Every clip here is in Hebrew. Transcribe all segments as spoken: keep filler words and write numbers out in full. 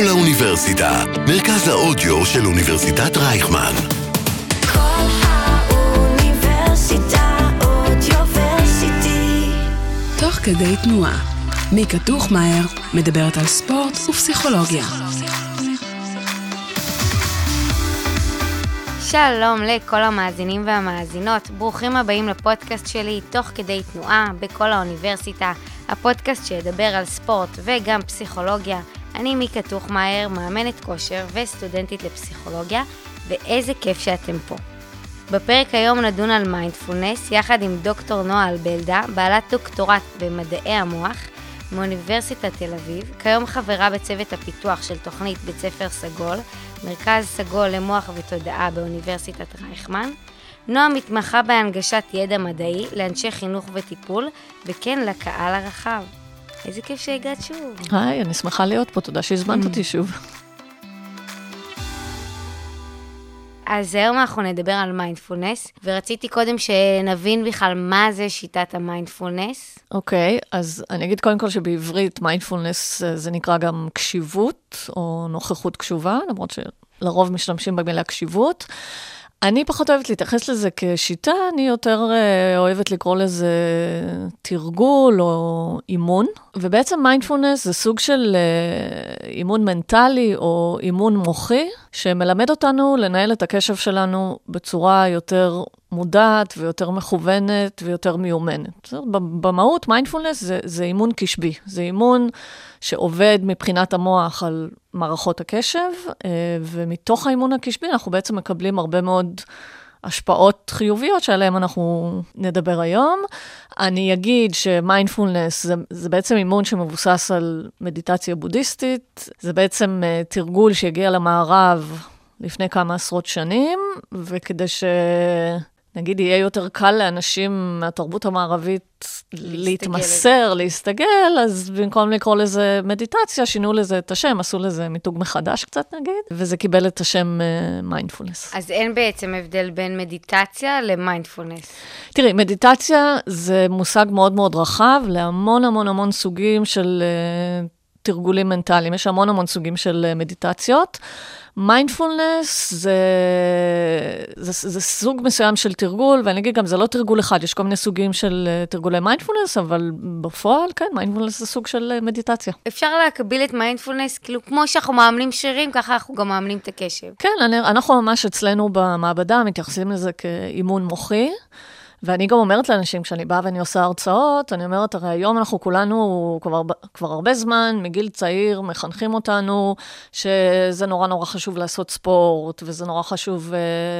כל האוניברסיטה, מרכז האודיו של אוניברסיטת רייכמן. כל האוניברסיטה אודיוורסיטי. תוך כדי תנועה, מיקה טוחמאייר מדברת על ספורט ופסיכולוגיה. שלום לכל המאזינים והמאזינות, ברוכים הבאים לפודקאסט שלי תוך כדי תנועה בכל האוניברסיטה, הפודקאסט שידבר על ספורט וגם פסיכולוגיה. אני מיקה טוחמאייר, מאמנת כושר וסטודנטית לפסיכולוגיה, ואיזה כיף שאתם פה. בפרק היום נדון על מיינדפולנס יחד עם דוקטור נועה אלבלדה, בעלת דוקטורט במדעי המוח מאוניברסיטת תל אביב, כיום חברה בצוות הפיתוח של תוכנית בית ספר סגול, מרכז סגול למוח ותודעה באוניברסיטת רייכמן. נועה מתמחה בהנגשת ידע מדעי לאנשי חינוך וטיפול, וכן לקהל הרחב. איזה כיף שהגעת שוב. היי, אני שמחה להיות פה, תודה שהזמנת אותי שוב. אז היום אנחנו נדבר על מיינדפולנס, ורציתי קודם שנבין בכלל מה זה שיטת המיינדפולנס. אוקיי, אז אני אגיד קודם כל שבעברית מיינדפולנס זה נקרא גם קשיבות, או נוכחות קשובה, למרות שלרוב משתמשים במילה קשיבות. אני פחות אוהבת להתייחס לזה כשיטה, אני יותר אוהבת לקרוא לזה תרגול או אימון. ובעצם מיינדפולנס זה סוג של אימון מנטלי או אימון מוחי, שמלמד אותנו לנהל את הקשב שלנו בצורה יותר מודעת ויותר מכוונת ויותר מיומנת. במהות מיינדפולנס זה, זה אימון קשבי, זה אימון שעובד מבחינת המוח על מערכות הקשב, ומתוך האימון הקשבי אנחנו בעצם מקבלים הרבה מאוד השפעות חיוביות שעליהן אנחנו נדבר היום. אני אגיד שמיינדפולנס זה, זה בעצם אימון שמבוסס על מדיטציה בודהיסטית, זה בעצם תרגול שהגיע למערב לפני כמה עשרות שנים, וכדי ש... נגיד, יהיה יותר קל לאנשים מהתרבות המערבית להתמסר, להסתגל, אז במקום לקרוא לזה מדיטציה, שינו לזה את השם, עשו לזה מיתוג מחדש קצת נגיד, וזה קיבל את השם מיינדפולנס. אז אין בעצם הבדל בין מדיטציה למיינדפולנס. תראי, מדיטציה זה מושג מאוד מאוד רחב, להמון המון המון סוגים של תרגולים מנטליים, יש המון המון סוגים של מדיטציות. מיינדפולנס זה, זה, זה סוג מסוים של תרגול, ואני אגיד גם, זה לא תרגול אחד, יש כל מיני סוגים של תרגולי מיינדפולנס, אבל בפועל, כן, מיינדפולנס זה סוג של מדיטציה. אפשר להקביל את מיינדפולנס, כאילו, כמו שאנחנו מאמנים שרירים, ככה אנחנו גם מאמנים את הקשב. כן, אני, אנחנו ממש אצלנו במעבדה, מתייחסים לזה כאימון מוחי, ואני גם אומרת לאנשים, כשאני באה ואני עושה הרצאות, אני אומרת, הרי היום אנחנו כולנו כבר, כבר הרבה זמן, מגיל צעיר, מחנכים אותנו, שזה נורא נורא חשוב לעשות ספורט, וזה נורא חשוב אה,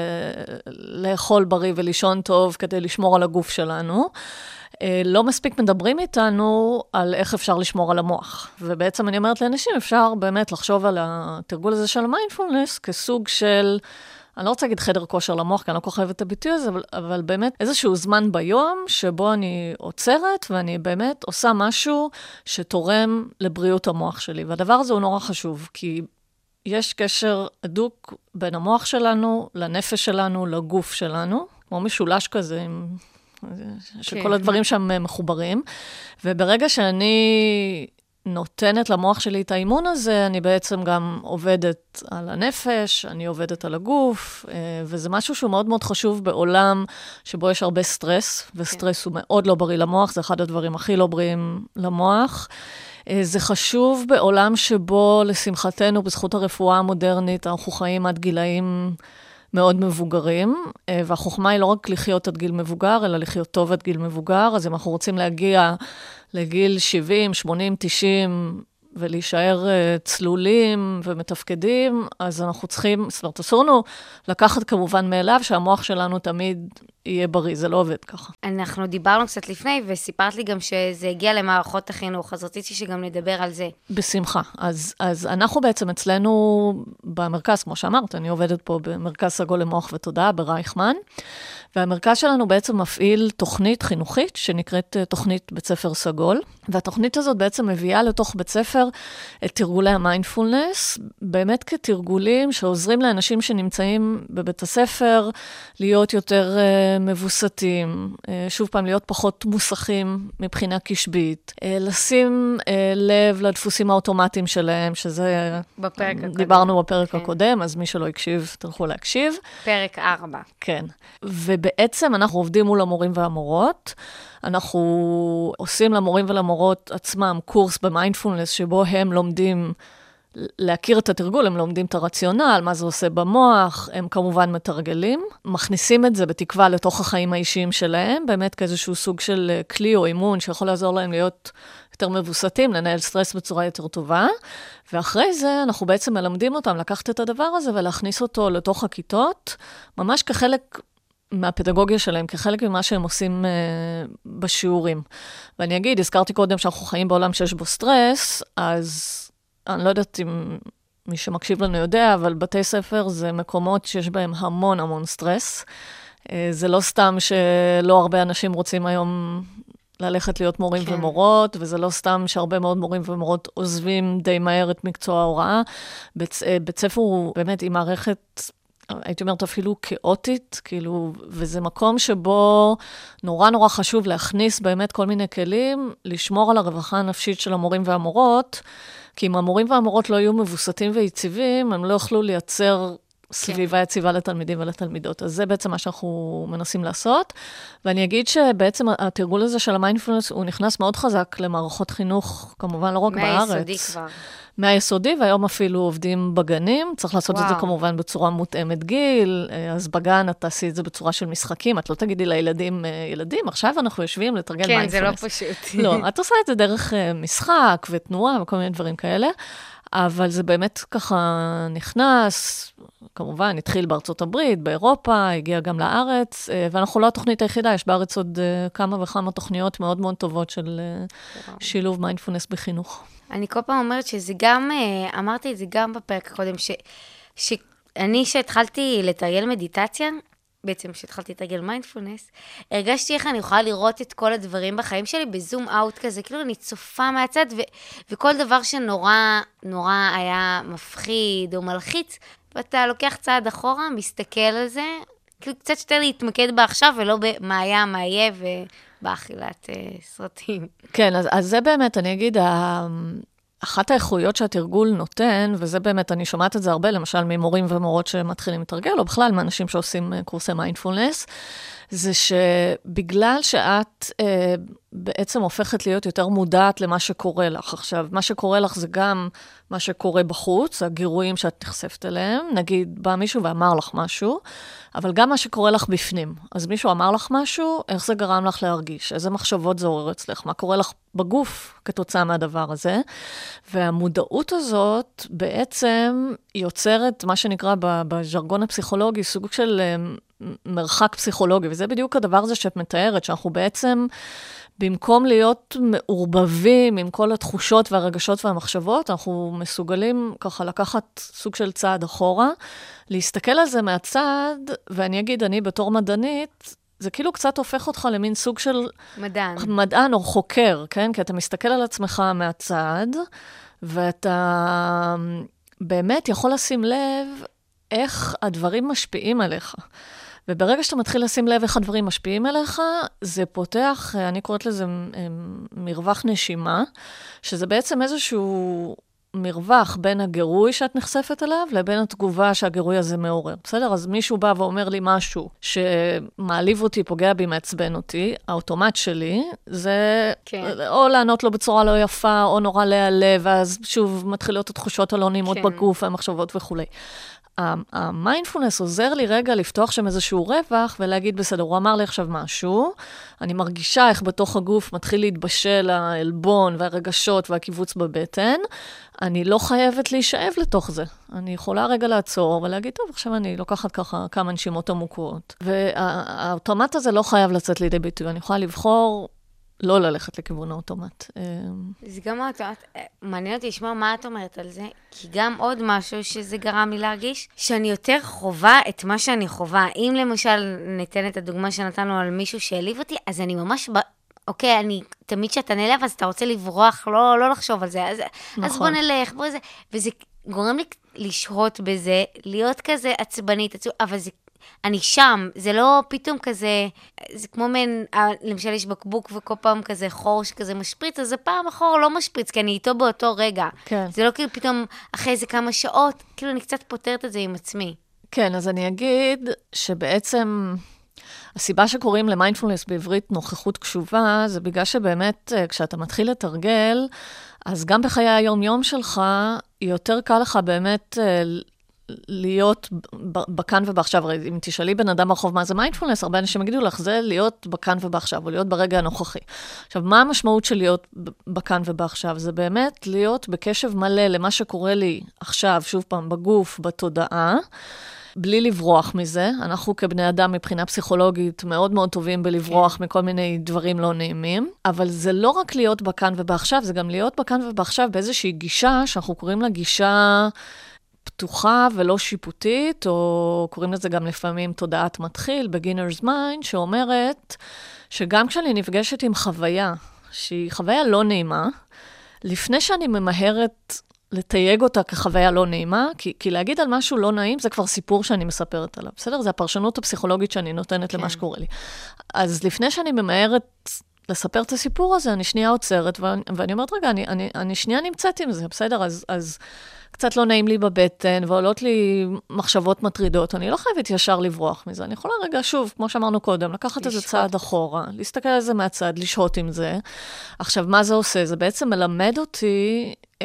לאכול בריא ולישון טוב, כדי לשמור על הגוף שלנו. אה, לא מספיק מדברים איתנו על איך אפשר לשמור על המוח. ובעצם אני אומרת לאנשים, אפשר באמת לחשוב על התרגול הזה של המיינדפולנס, כסוג של... אני לא רוצה להגיד חדר כושר למוח, כי אני לא כל כך אוהבת את הביטוי הזה, אבל, אבל באמת איזשהו זמן ביום שבו אני עוצרת, ואני באמת עושה משהו שתורם לבריאות המוח שלי. והדבר הזה הוא נורא חשוב, כי יש קשר הדוק בין המוח שלנו, לנפש שלנו, לגוף שלנו, כמו משולש כזה, עם... שכל הדברים שם מחוברים. וברגע שאני... נותנת למוח שלי את האימון הזה, אני בעצם גם עובדת על הנפש, אני עובדת על הגוף, וזה משהו שהוא מאוד מאוד חשוב בעולם שבו יש הרבה סטרס, וסטרס הוא מאוד לא בריא למוח, זה אחד הדברים הכי לא בריאים למוח. זה חשוב בעולם שבו, לשמחתנו, בזכות הרפואה המודרנית, אנחנו חיים עד גילאים מאוד מבוגרים, והחוכמה היא לא רק לחיות עד גיל מבוגר, אלא לחיות טוב עד גיל מבוגר, אז אם אנחנו רוצים להגיע לגיל שבעים, שמונים, תשעים, ולהישאר צלולים ומתפקדים, אז אנחנו צריכים, זאת אומרת, אסור לנו לקחת כמובן מאליו שהמוח שלנו תמיד יהיה בריא, זה לא עובד ככה. אנחנו דיברנו קצת לפני, וסיפרת לי גם שזה הגיע למערכות החינוך, אז רציתי שגם נדבר על זה. בשמחה. אז, אז אנחנו בעצם אצלנו במרכז, כמו שאמרת, אני עובדת פה במרכז סגול למוח ותודעה ברייכמן, והמרכז שלנו בעצם מפעיל תוכנית חינוכית, שנקראת תוכנית בית ספר סגול, והתוכנית הזאת בעצם מביאה לתוך בית ספר הספר את תרגולי המיינדפולנס, באמת כתרגולים שעוזרים לאנשים שנמצאים בבית הספר להיות יותר uh, מבוסתים, uh, שוב פעם להיות פחות מוסכים מבחינה קשבית, uh, לשים uh, לב לדפוסים האוטומטיים שלהם, שזה בפרק הקודם. דיברנו בפרק כן. הקודם, אז מי שלא יקשיב, תלכו להקשיב. פרק ארבע. כן. ובעצם אנחנו עובדים מול המורים והמורות, אנחנו עושים למורים ולמורות עצמם קורס במיינדפולנס, שבו הם לומדים להכיר את התרגול, הם לומדים את הרציונל, מה זה עושה במוח, הם כמובן מתרגלים, מכניסים את זה בתקווה לתוך החיים האישיים שלהם, באמת כאיזשהו סוג של כלי או אימון שיכול לעזור להם להיות יותר מבוסתים, לנהל סטרס בצורה יותר טובה, ואחרי זה אנחנו בעצם מלמדים אותם לקחת את הדבר הזה ולהכניס אותו לתוך הכיתות, ממש כחלק מהפדגוגיה שלהם, כחלק ממה שהם עושים uh, בשיעורים. ואני אגיד, הזכרתי קודם שאנחנו חיים בעולם שיש בו סטרס, אז אני לא יודעת אם מי שמקשיב לנו יודע, אבל בתי ספר זה מקומות שיש בהם המון המון סטרס. Uh, זה לא סתם שלא הרבה אנשים רוצים היום ללכת להיות מורים כן. ומורות, וזה לא סתם שהרבה מאוד מורים ומורות עוזבים די מהר את מקצוע ההוראה. בית, בית ספר הוא באמת עם מערכת, הייתי אומרת אפילו כאוטית, כאילו, וזה מקום שבו נורא נורא חשוב להכניס באמת כל מיני כלים, לשמור על הרווחה הנפשית של המורים והמורות, כי אם המורים והמורות לא יהיו מבוסתים ויציבים, הם לא יוכלו לייצר סביבה כן. יציבה לתלמידים ולתלמידות. אז זה בעצם מה שאנחנו מנסים לעשות. ואני אגיד שבעצם התרגול הזה של המיינדפולנס, הוא נכנס מאוד חזק למערכות חינוך, כמובן לא רק בארץ. מהיסודי כבר. מהיסודי, והיום אפילו עובדים בגנים. צריך לעשות וואו. את זה כמובן בצורה מותאמת גיל. אז בגן את תעשי את זה בצורה של משחקים. את לא תגידי לילדים, ילדים, עכשיו אנחנו יושבים לתרגל כן, מיינדפולנס. כן, זה לא פשוט. לא, את עושה את זה דרך משחק ותנועה וכל מיני דברים כאלה. אבל זה באמת ככה נכנס, כמובן, התחיל בארצות הברית, באירופה, הגיע גם לארץ, ואנחנו לא התוכנית היחידה, יש בארץ עוד כמה וכמה תוכניות מאוד מאוד טובות של שילוב מיינדפולנס בחינוך. אני כל פעם אומרת שזה גם, אמרתי את זה גם בפרק הקודם, ש, שאני שהתחלתי לתרגל מדיטציה, בעצם שהתחלתי לתרגל מיינדפולנס, הרגשתי איך אני יכולה לראות את כל הדברים בחיים שלי בזום אאוט כזה, כאילו אני צופה מהצד, ו- וכל דבר שנורא נורא היה מפחיד או מלחיץ, ואתה לוקח צעד אחורה, מסתכל על זה, כאילו קצת יותר להתמקד בעכשיו, ולא במה היה, מה יהיה, ובאכילת uh, סרטים. כן, אז, אז זה באמת, אני אגיד, ה... אחת האיכויות שהתרגול נותן, וזה באמת, אני שומעת את זה הרבה, למשל ממורים ומורות שמתחילים לתרגל, או בכלל מאנשים שעושים קורסי מיינדפולנס, זה שבגלל שאת אה, בעצם הופכת להיות יותר מודעת למה שקורה לך. עכשיו, מה שקורה לך זה גם מה שקורה בחוץ, הגירויים שאת נחשפת אליהם, נגיד, בא מישהו ואמר לך משהו, אבל גם מה שקורה לך בפנים. אז מישהו אמר לך משהו, איך זה גרם לך להרגיש? איזה מחשבות זה עורר אצלך? מה קורה לך בגוף כתוצאה מהדבר הזה? והמודעות הזאת בעצם יוצרת מה שנקרא בז'רגון הפסיכולוגי, סוג של מרחק פסיכולוגי, וזה בדיוק הדבר הזה שאת מתארת, שאנחנו בעצם, במקום להיות מעורבבים עם כל התחושות והרגשות והמחשבות, אנחנו מסוגלים ככה לקחת סוג של צעד אחורה, להסתכל על זה מהצד, ואני אגיד, אני בתור מדענית, זה כאילו קצת הופך אותך למין סוג של מדען, מדען או חוקר, כן? כי אתה מסתכל על עצמך מהצד, ואתה באמת יכול לשים לב איך הדברים משפיעים עליך. וברגע שאתה מתחיל לשים לב איך הדברים משפיעים עליך, זה פותח, אני קוראת לזה מרווח נשימה, שזה בעצם איזשהו מרווח בין הגירוי שאת נחשפת אליו, לבין התגובה שהגירוי הזה מעורר. בסדר? אז מישהו בא ואומר לי משהו שמעליב אותי, פוגע בי, מעצבן אותי, האוטומט שלי, זה כן. או לענות לו בצורה לא יפה, או נורא להיעלב, ואז שוב מתחילות התחושות הלא נעימות כן. בגוף, המחשבות וכולי. המיינדפולנס עוזר לי רגע לפתוח שם איזשהו רווח ולהגיד, בסדר, הוא אמר לי עכשיו משהו, אני מרגישה איך בתוך הגוף מתחיל להתבשל העלבון והרגשות והקיבוץ בבטן, אני לא חייבת להישאב לתוך זה. אני יכולה רגע לעצור ולהגיד, טוב, עכשיו אני לוקחת ככה כמה נשימות עמוקות. והאוטומט הזה לא חייב לצאת לידי ביטוי, אני יכולה לבחור לא ללכת לכיוון האוטומט. זה גם האוטומט, מעניין אותי לשמוע מה את אומרת על זה, כי גם עוד משהו שזה גרם לי להרגיש, שאני יותר חובה את מה שאני חובה. אם למשל ניתן את הדוגמה שנתנו על מישהו שהעליב אותי, אז אני ממש אוקיי, אני, תמיד שאתה נלב, אז אתה רוצה לברוח, לא, לא לחשוב על זה, אז, נכון. אז בוא נלך, בוא זה, וזה גורם לי לשהות בזה, להיות כזה עצבנית, עצוב, אבל זה, אני שם, זה לא פתאום כזה, זה כמו מעין, למשל יש בקבוק וכל פעם כזה חור שכזה משפריץ, אז זה פעם החור לא משפריץ, כי אני איתו באותו רגע. כן. זה לא כאילו פתאום אחרי איזה כמה שעות, כאילו אני קצת פותרת את זה עם עצמי. כן, אז אני אגיד שבעצם הסיבה שקוראים למיינדפולנס בעברית נוכחות קשובה, זה בגלל שבאמת כשאתה מתחיל לתרגל, אז גם בחיי היום-יום שלך, יותר קל לך באמת להיות בכאן ובעכשיו. אם תשאלי בן אדם ברחוב מה זה מיינדפולנס, הרבה אנשים יגידו לך, זה להיות בכאן ובעכשיו, או להיות ברגע הנוכחי. עכשיו, מה המשמעות של להיות בכאן ובעכשיו? זה באמת להיות בקשב מלא למה שקורה לי עכשיו, שוב פעם, בגוף, בתודעה, בלי לברוח מזה. אנחנו כבני אדם מבחינה פסיכולוגית מאוד מאוד טובים בלברוח כן. מכל מיני דברים לא נעימים, אבל זה לא רק להיות בכאן ובעכשיו, זה גם להיות בכאן ובעכשיו באיזושהי גישה, שאנחנו קוראים לה גישה פתוחה ולא שיפוטית, או קוראים לזה גם לפעמים תודעת מתחיל, beginner's mind, שאומרת שגם כשאני נפגשת עם חוויה, שהיא חוויה לא נעימה, לפני שאני ממהרת לתייג אותה כחוויה לא נעימה, כי, כי להגיד על משהו לא נעים, זה כבר סיפור שאני מספרת עליו, בסדר? זה הפרשנות הפסיכולוגית שאני נותנת כן. למה שקורה לי. אז לפני שאני ממהרת לספר את הסיפור הזה, אני שנייה עוצרת, ואני, ואני אומרת, רגע, אני, אני, אני שנייה נמצאת עם זה, בסדר? אז, אז קצת לא נעים לי בבטן, ועולות לי מחשבות מטרידות, אני לא חייבת ישר לברוח מזה, אני יכולה רגע, שוב, כמו שאמרנו קודם, לקחת איזה צעד אחורה, להסתכל על זה מהצד, לשהות עם זה. עכשיו, מה זה עושה? זה בעצם מלמד אותי אה,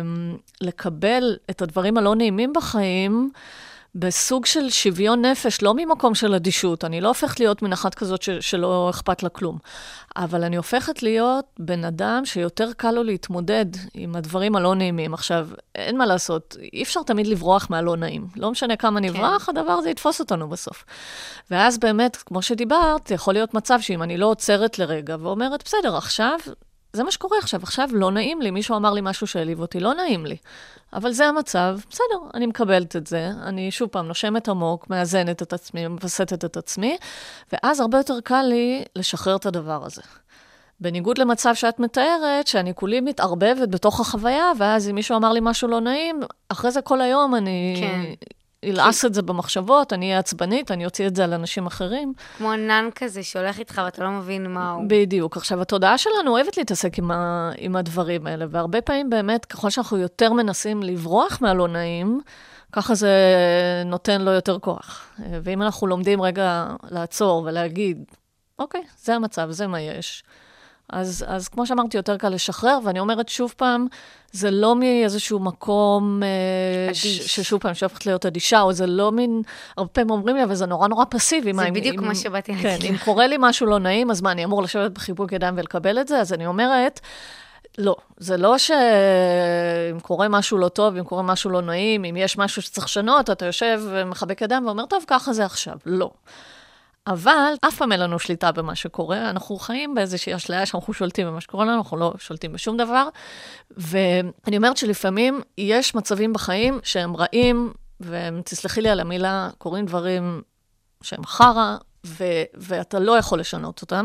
לקבל את הדברים הלא נעימים בחיים, בסוג של שוויון נפש, לא ממקום של אדישות, אני לא הופכת להיות מן אחת כזאת ש- שלא אכפת לה כלום, אבל אני הופכת להיות בן אדם שיותר קל לו להתמודד עם הדברים הלא נעימים. עכשיו, אין מה לעשות, אי אפשר תמיד לברוח מהלא נעים, לא משנה כמה נברח, כן. הדבר הזה יתפוס אותנו בסוף. ואז באמת, כמו שדיברת, יכול להיות מצב שאם אני לא עוצרת לרגע ואומרת, בסדר, עכשיו, זה מה שקורה עכשיו, עכשיו לא נעים לי, מישהו אמר לי משהו שהעליב אותי, לא נעים לי. אבל זה המצב, בסדר, אני מקבלת את זה, אני שוב פעם נושמת עמוק, מאזנת את עצמי, מבסטת את עצמי, ואז הרבה יותר קל לי לשחרר את הדבר הזה. בניגוד למצב שאת מתארת, שאני כולי מתערבבת בתוך החוויה, ואז אם מישהו אמר לי משהו לא נעים, אחרי זה כל היום אני כן. אלעס את זה במחשבות, אני אהיה עצבנית, אני אוציא את זה על אנשים אחרים. כמו ענן כזה שהולך איתך ואתה לא מבין מה הוא. בדיוק. עכשיו, התודעה שלנו אוהבת להתעסק עם, ה, עם הדברים האלה, והרבה פעמים באמת, ככל שאנחנו יותר מנסים לברוח מהלא נעים, ככה זה נותן לו יותר כוח. ואם אנחנו לומדים רגע לעצור ולהגיד, אוקיי, זה המצב, זה מה יש. אז, אז כמו שאמרתי, יותר קל לשחרר, ואני אומרת שוב פעם, זה לא מאיזשהו מקום, ש, ששוב פעם, שהופכת להיות אדישה, או זה לא מין, הרבה פעמים אומרים לי, אבל זה נורא נורא פסיבי. זה מה, בדיוק אם, כמו שבאתי כן, להגיד. אם קורה לי משהו לא נעים, אז מה, אני אמור לשבת בחיבוק ידיים ולקבל את זה? אז אני אומרת, לא, זה לא שאם קורה משהו לא טוב, אם קורה משהו לא נעים, אם יש משהו שצריך לשנות, אתה יושב ומחבק ידיים ואומר, טוב, ככה זה עכשיו. לא. אבל אף פעם אין לנו שליטה במה שקורה, אנחנו חיים באיזושהי אשליה שאנחנו שולטים במה שקורה לנו, אנחנו לא שולטים בשום דבר, ואני אומרת שלפעמים יש מצבים בחיים שהם רעים, ותסלחי לי על המילה, קוראים דברים שהם חרה, ו- ואתה לא יכול לשנות אותם,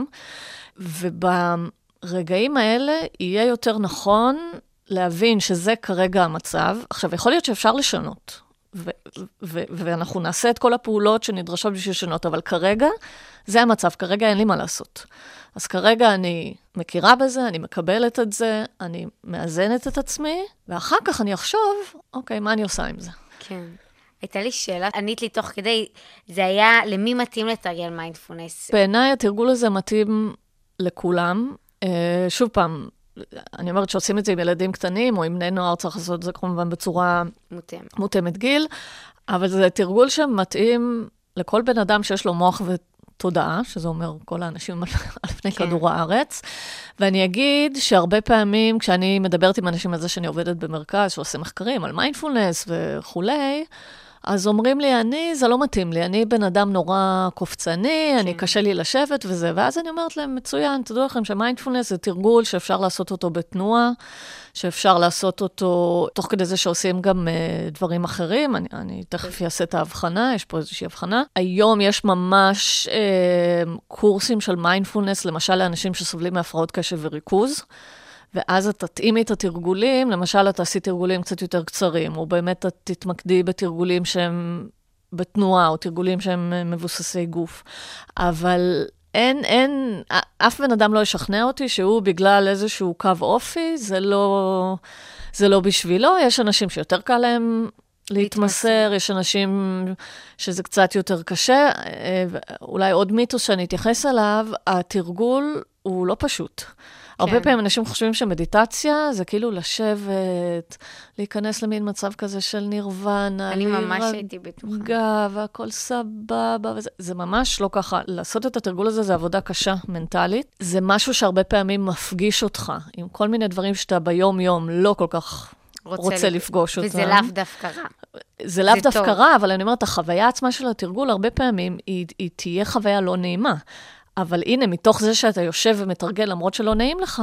וברגעים האלה יהיה יותר נכון להבין שזה כרגע המצב. עכשיו, יכול להיות שאפשר לשנות, ו- ו- ואנחנו נעשה את כל הפעולות שנדרשות בשביל לשנות, אבל כרגע, זה המצב, כרגע אין לי מה לעשות. אז כרגע אני מכירה בזה, אני מקבלת את זה, אני מאזנת את עצמי, ואחר כך אני אחשוב, אוקיי, מה אני עושה עם זה? כן. הייתה לי שאלה, ענית לי תוך כדי, זה היה למי מתאים לתרגל מיינדפולנס? בעיניי התרגול הזה מתאים לכולם. שוב פעם, אני אומרת שעושים את זה עם ילדים קטנים, או עם בני נוער, צריך לעשות את זה כמובן בצורה מותאמת. מותאמת גיל, אבל זה תרגול שמתאים לכל בן אדם שיש לו מוח ותודעה, שזה אומר כל האנשים על פני כן. כדור הארץ, ואני אגיד שהרבה פעמים, כשאני מדברת עם אנשים על זה שאני עובדת במרכז, שעושה מחקרים על מיינדפולנס וכולי, אז אומרים לי, אני, זה לא מתאים לי, אני בן אדם נורא קופצני, כן. אני קשה לי לשבת וזה, ואז אני אומרת להם, מצוין, תדעו לכם שמיינדפולנס זה תרגול שאפשר לעשות אותו בתנועה, שאפשר לעשות אותו, תוך כדי זה שעושים גם uh, דברים אחרים, אני, אני תכף אעשה את ההבחנה, יש פה איזושהי הבחנה. היום יש ממש uh, קורסים של מיינדפולנס, למשל לאנשים שסובלים מהפרעות קשב וריכוז, ואז את תתאימי את התרגולים, למשל את תעשי תרגולים קצת יותר קצרים, או באמת את תתמקדי בתרגולים שהם בתנועה, או תרגולים שהם מבוססי גוף. אבל אין, אין, אף בן אדם לא ישכנע אותי שהוא בגלל איזשהו קו אופי, זה לא, זה לא בשבילו. יש אנשים שיותר קל להם להתמסר, יש אנשים שזה קצת יותר קשה. אולי עוד מיתוס שאני אתייחס אליו, התרגול הוא לא פשוט. הרבה פעמים אנשים חושבים שמדיטציה זה כאילו לשבת, להיכנס למין מצב כזה של נירוונה. אני ממש הייתי בטוחה. גב, והכל סבבה, וזה, זה ממש לא ככה. לעשות את התרגול הזה זה עבודה קשה, מנטלית. זה משהו שהרבה פעמים מפגיש אותך, עם כל מיני דברים שאתה ביום-יום לא כל כך רוצה, רוצה לפגוש אותם. וזה לאו דווקא רע. זה לאו דווקא רע, אבל אני אומרת, החוויה עצמה של התרגול, הרבה פעמים היא, היא תהיה חוויה לא נעימה. אבל הנה, מתוך זה שאתה יושב ומתרגל, למרות שלא נעים לך,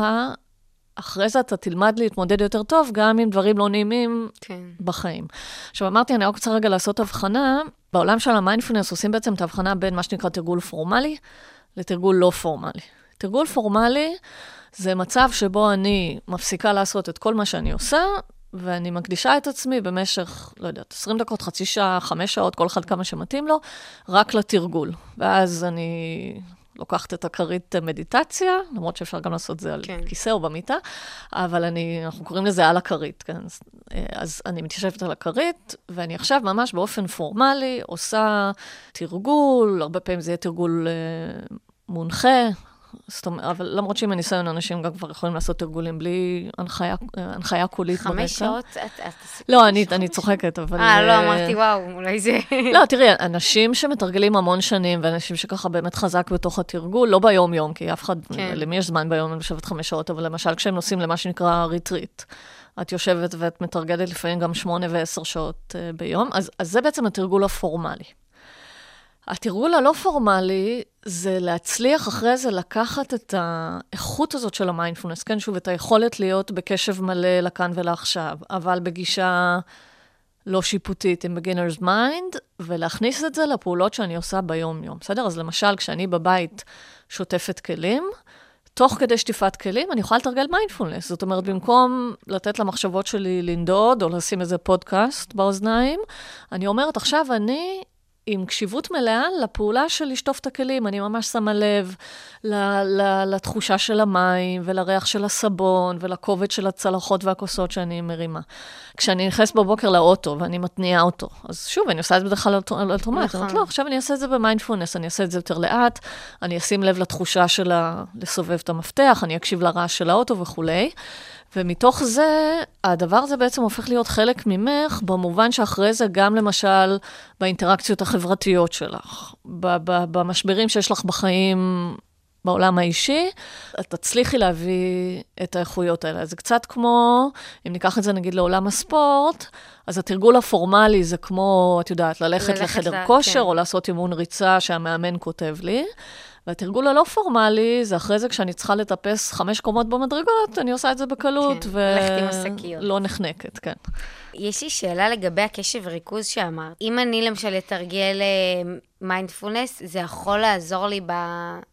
אחרי זה אתה תלמד להתמודד יותר טוב, גם עם דברים לא נעימים כן. בחיים. עכשיו, אמרתי, אני רק רוצה רגע לעשות הבחנה, בעולם של המיינדפולנס עושים בעצם את ההבחנה בין מה שנקרא תרגול פורמלי, לתרגול לא פורמלי. תרגול פורמלי זה מצב שבו אני מפסיקה לעשות את כל מה שאני עושה, ואני מקדישה את עצמי במשך, לא יודעת, עשרים דקות, חצי שעה, חמש שעות, כל אחד כמה שמתאים לו, רק לתרגול. ואז אני לוקחת את הכרית מדיטציה, למרות שאפשר גם לעשות זה על כן. כיסא או במיטה, אבל אני, אנחנו קוראים לזה על הכרית, כן? אז, אז אני מתיישבת על הכרית, ואני עכשיו ממש באופן פורמלי עושה תרגול, הרבה פעמים זה יהיה תרגול אה, מונחה, אומרת, אבל למרות שעם הניסיון, אנשים גם כבר יכולים לעשות תרגולים בלי הנחיה, הנחיה קולית ברקע. חמש שעות? לא, אני, אני צוחקת, אבל... אה, לא, אמרתי, וואו, אולי זה... לא, תראי, אנשים שמתרגלים המון שנים, ואנשים שככה באמת חזק בתוך התרגול, לא ביום-יום, כי אף אחד, למי יש זמן ביום, אני חושבת חמש שעות, אבל למשל, כשהם נוסעים למה שנקרא ריטריט, את יושבת ואת מתרגלת לפעמים גם שמונה ועשר שעות ביום, אז, אז זה בעצם התרגול הפורמלי. התרגול הלא פורמלי זה להצליח אחרי זה לקחת את האיכות הזאת של המיינדפולנס, כן, שוב, את היכולת להיות בקשב מלא לכאן ולעכשיו, אבל בגישה לא שיפוטית, עם beginner's mind, ולהכניס את זה לפעולות שאני עושה ביום-יום, בסדר? אז למשל, כשאני בבית שוטפת כלים, תוך כדי שטיפת כלים, אני יכולה לתרגל מיינדפולנס. זאת אומרת, במקום לתת למחשבות שלי לנדוד, או לשים איזה פודקאסט באוזניים, אני אומרת, עכשיו אני עם קשיבות מלאה לפעולה של לשטוף את הכלים. אני ממש שמה לב ל- ל- לתחושה של המים, ולריח של הסבון, ולכובד של הצלחות והכוסות שאני מרימה. כשאני נכנס בבוקר לאוטו, ואני מתניעה אותו, אז שוב, אני עושה את זה בדרך כלל על אוטומט. אני אומרת, לא, עכשיו אני אעשה את זה במיינדפולנס, אני אעשה את זה יותר לאט, אני אשים לב לתחושה שלה לסובב את המפתח, אני אקשיב לרעש של האוטו וכולי. ומתוך זה, הדבר הזה בעצם הופך להיות חלק ממך, במובן שאחרי זה גם למשל באינטראקציות החברתיות שלך, במשברים שיש לך בחיים בעולם האישי, את תצליחי להביא את האיכויות האלה. זה קצת כמו, אם ניקח את זה נגיד לעולם הספורט, אז התרגול הפורמלי זה כמו, את יודעת, ללכת, ללכת לחדר לה, כושר, כן. או לעשות אימון ריצה שהמאמן כותב לי. והתרגול הלא פורמלי, זה אחרי זה כשאני צריכה לטפס חמש קומות במדרגות, אני עושה את זה בקלות, כן, ולא נחנקת, כן. יש לי שאלה לגבי הקשב וריכוז שאמרת. אם אני למשל אתרגל מיינדפולנס, זה יכול לעזור לי ב...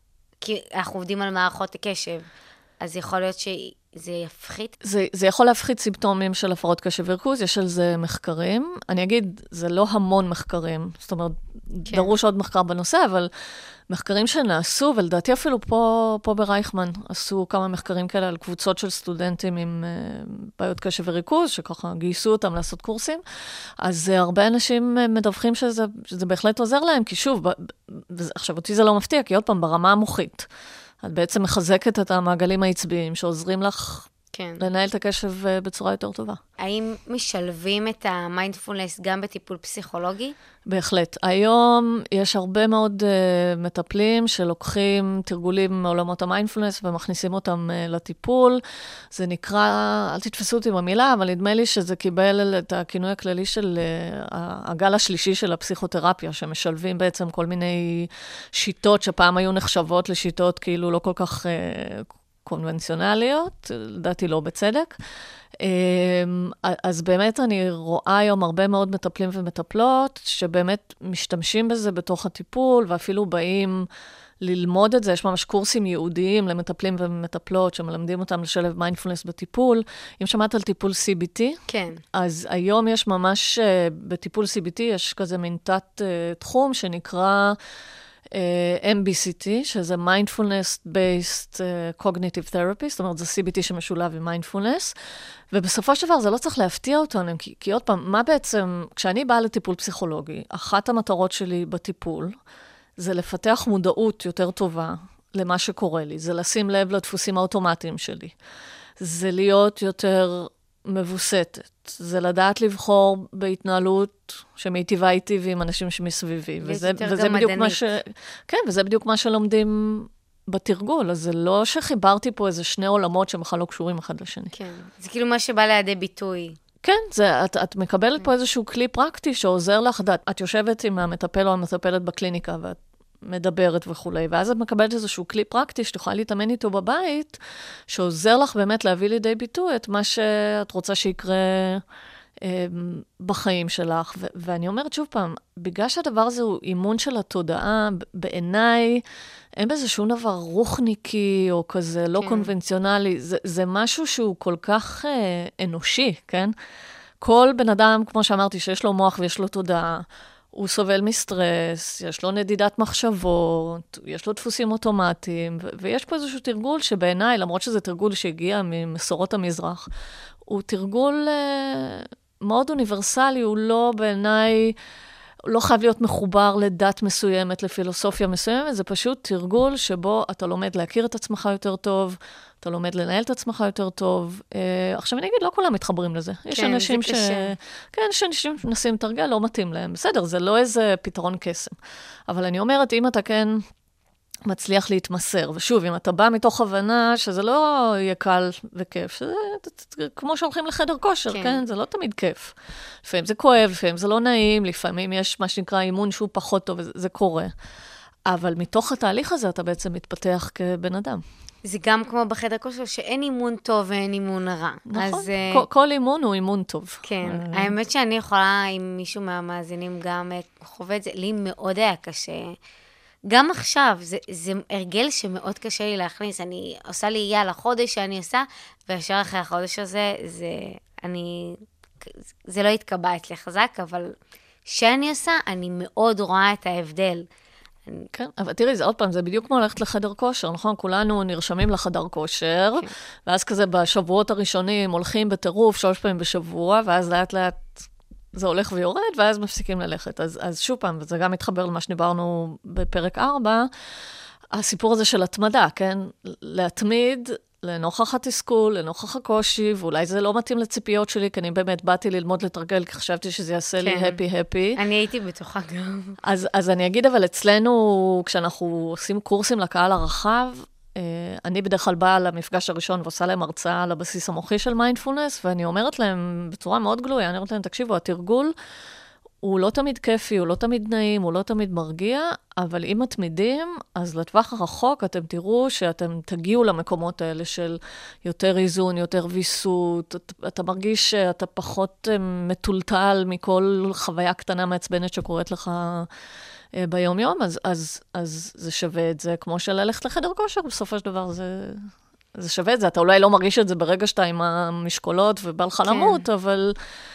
כי אנחנו עובדים על מערכות הקשב, אז יכול להיות שזה יפחית? זה, זה יכול להפחית סימפטומים של הפרעות קשב וריכוז, יש על זה מחקרים. אני אגיד, זה לא המון מחקרים, זאת אומרת, כן. דרוש עוד מחקר בנושא, אבל מחקרים שנעשו, ולדעתי אפילו פה, פה ברייכמן, עשו כמה מחקרים כאלה על קבוצות של סטודנטים עם uh, בעיות קשב וריכוז, שככה גייסו אותם לעשות קורסים, אז uh, הרבה אנשים uh, מדווחים שזה, שזה בהחלט עוזר להם, כי שוב, ב, ב, עכשיו אותי זה לא מפתיע, כי עוד פעם, ברמה המוחית, את בעצם מחזקת את המעגלים העצביים, שעוזרים לך כן. לנהל את הקשב בצורה יותר טובה. האם משלבים את המיינדפולנס גם בטיפול פסיכולוגי? בהחלט. היום יש הרבה מאוד uh, מטפלים שלוקחים תרגולים מעולמות המיינדפולנס ומכניסים אותם uh, לטיפול. זה נקרא, אל תתפסו אותי במילה, אבל נדמה לי שזה קיבל את הכינוי הכללי של uh, הגל השלישי של הפסיכותרפיה, שמשלבים בעצם כל מיני שיטות שפעם היו נחשבות לשיטות כאילו לא כל כך uh, קונבנציונליות, לדעתי לא בצדק. אז באמת אני רואה היום הרבה מאוד מטפלים ומטפלות, שבאמת משתמשים בזה בתוך הטיפול, ואפילו באים ללמוד את זה. יש ממש קורסים ייעודיים למטפלים ומטפלות, שמלמדים אותם לשלב מיינדפולנס בטיפול. אם שמעת על טיפול סי בי טי, כן. אז היום יש ממש, בטיפול סי בי טי, יש כזה מין תת תחום שנקרא אם בי סי טי, שזה Mindfulness-Based Cognitive Therapy, זאת אומרת, זה סי בי טי שמשולב עם Mindfulness, ובסופו של דבר זה לא צריך להפתיע אותנו, כי, כי עוד פעם, מה בעצם, כשאני באה לטיפול פסיכולוגי, אחת המטרות שלי בטיפול, זה לפתח מודעות יותר טובה למה שקורה לי, זה לשים לב לדפוסים האוטומטיים שלי, זה להיות יותר מבוסתת, זה לדעת לבחור בהתנהלות שמיטיבה איתי ועם אנשים שמסביבי. וזה, וזה בדיוק מה ש... כן, וזה בדיוק מה שלומדים בתרגול. אז זה לא שחיברתי פה איזה שני עולמות שבכלל לא קשורים אחד לשני. כן, זה כאילו מה שבא לידי ביטוי. כן, זה, את, את מקבלת פה איזשהו כלי פרקטי שעוזר לך, את, את יושבת עם המטפל או המטפלת בקליניקה, ואת מדברת וכו', ואז את מקבלת איזשהו כלי פרקטי שתוכל להתאמן איתו בבית, שעוזר לך באמת להביא לידי ביטוי את מה שאת רוצה שיקרה אה, בחיים שלך. ו- ואני אומרת שוב פעם, בגלל שהדבר הזה הוא אימון של התודעה, בעיניי אין בזה שום דבר רוחניקי או כזה לא כן. קונבנציונלי, זה, זה משהו שהוא כל כך אה, אנושי, כן? כל בן אדם, כמו שאמרתי, שיש לו מוח ויש לו תודעה, הוא סובל מסטרס, יש לו נדידת מחשבות, יש לו דפוסים אוטומטיים, ו- ויש פה איזשהו תרגול שבעיניי, למרות שזה תרגול שהגיע ממסורות המזרח, הוא תרגול uh, מאוד אוניברסלי, הוא לא בעיניי, הוא לא חייב להיות מחובר לדת מסוימת, לפילוסופיה מסוימת, זה פשוט תרגול שבו אתה לומד להכיר את עצמך יותר טוב, אתה לומד לנהל את עצמך יותר טוב. Uh, עכשיו אני אגיד, לא כולם מתחברים לזה. כן, יש אנשים ש... כן, יש אנשים שמנסים לתרגל, לא מתאים להם. בסדר, זה לא איזה פתרון קסם. אבל אני אומרת, אם אתה כן מצליח להתמסר, ושוב, אם אתה בא מתוך הבנה שזה לא יהיה קל וכיף, שזה כמו שהולכים לחדר כושר, כן. כן? זה לא תמיד כיף. לפעמים זה כואב, לפעמים זה לא נעים, לפעמים יש מה שנקרא אימון שהוא פחות טוב, וזה זה קורה. אבל מתוך התהליך הזה אתה בעצם מתפתח כבן אדם. זה גם כמו בחדר כושר, שאין אימון טוב ואין אימון רע. נכון, אז, כל, כל אימון הוא אימון טוב. כן, האמת שאני יכולה, אם מישהו מהמאזינים גם חווה את זה, לי מאוד היה קשה. גם עכשיו, זה, זה הרגל שמאוד קשה לי להכניס. אני עושה לי יאללה חודש שאני עושה, וישר אחרי החודש הזה, זה, אני, זה לא התקבע אצלי חזק, אבל שאני עושה, אני מאוד רואה את ההבדל. כן, אבל תראי, זה עוד פעם, זה בדיוק כמו ללכת לחדר כושר, נכון? כולנו נרשמים לחדר כושר, כן. ואז כזה בשבועות הראשונים הולכים בטירוף שלוש פעמים בשבוע, ואז לאט לאט זה הולך ויורד, ואז מפסיקים ללכת. אז, אז שוב פעם, וזה גם מתחבר למה שדיברנו בפרק ארבע, הסיפור הזה של התמדה, כן? להתמיד לנוכח התסכול, לנוכח הקושי, ואולי זה לא מתאים לציפיות שלי, כי אני באמת באתי ללמוד לתרגל, כי חשבתי שזה יעשה כן. לי הפי-הפי. אני הייתי בטוחה גם. אז, אז אני אגיד, אבל אצלנו, כשאנחנו עושים קורסים לקהל הרחב, אני בדרך כלל באה למפגש הראשון ועושה להם הרצאה על הבסיס המוחי של מיינדפולנס, ואני אומרת להם בצורה מאוד גלויה, אני אומרת להם, תקשיבו, התרגול הוא לא תמיד כיפי, הוא לא תמיד נעים, הוא לא תמיד מרגיע, אבל אם מתמידים, אז לטווח הרחוק אתם תראו שאתם תגיעו למקומות האלה של יותר איזון, יותר ויסות, אתה, אתה מרגיש שאתה פחות מטולטל מכל חוויה קטנה מעצבנת שקורית לך ביום יום, אז, אז, אז זה שווה את זה, כמו של ללכת לחדר כושר, בסופו של דבר זה, זה שווה את זה. אתה אולי לא מרגיש את זה ברגע שאתה עם המשקולות ובא לך כן. למות, אבל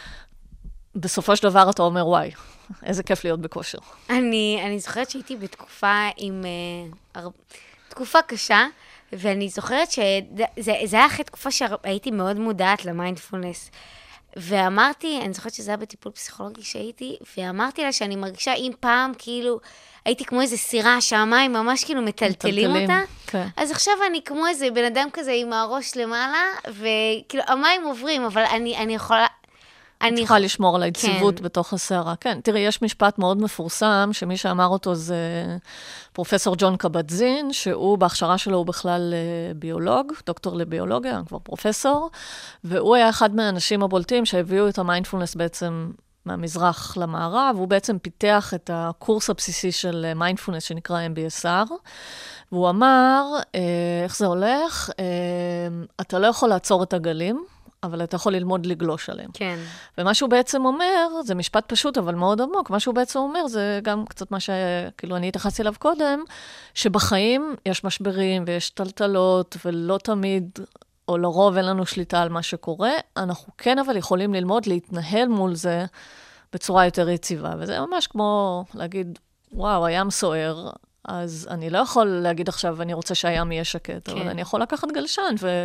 בסופו של דבר אתה אומר, וואי, איזה כיף להיות בכושר. אני, אני זוכרת שהייתי בתקופה עם, uh, הר... תקופה קשה, ואני זוכרת שזה זה היה אחרי תקופה שהייתי מאוד מודעת למיינדפולנס, ואמרתי, אני זוכרת שזה היה בטיפול פסיכולוגי שהייתי, ואמרתי לה שאני מרגישה אם פעם כאילו, הייתי כמו איזה סירה שהמים ממש כאילו מטלטלים אותה, כן. אז עכשיו אני כמו איזה בן אדם כזה עם הראש למעלה, וכאילו המים עוברים, אבל אני, אני יכולה... אני צריכה לשמור על היציבות בתוך הסערה. כן, תראי, יש משפט מאוד מפורסם, שמי שאמר אותו זה פרופסור ג'ון קבט-זין, שהוא בהכשרה שלו הוא בכלל ביולוג, דוקטור לביולוגיה, כבר פרופסור, והוא היה אחד מהאנשים הבולטים שהביאו את המיינדפולנס בעצם מהמזרח למערב, הוא בעצם פיתח את הקורס הבסיסי של מיינדפולנס שנקרא אם בי אס אר, והוא אמר, איך זה הולך? אתה לא יכול לעצור את הגלים, אבל אתה יכול ללמוד לגלוש עליהם. כן. ומה שהוא בעצם אומר, זה משפט פשוט, אבל מאוד עמוק, מה שהוא בעצם אומר, זה גם קצת מה שכאילו אני התייחסתי אליו קודם, שבחיים יש משברים ויש טלטלות, ולא תמיד, או לרוב אין לנו שליטה על מה שקורה, אנחנו כן אבל יכולים ללמוד להתנהל מול זה בצורה יותר יציבה, וזה ממש כמו להגיד, וואו, הים סוער, אז אני לא יכול להגיד עכשיו, אני רוצה שהים יהיה שקט, כן. אבל אני יכול לקחת גלשן ו...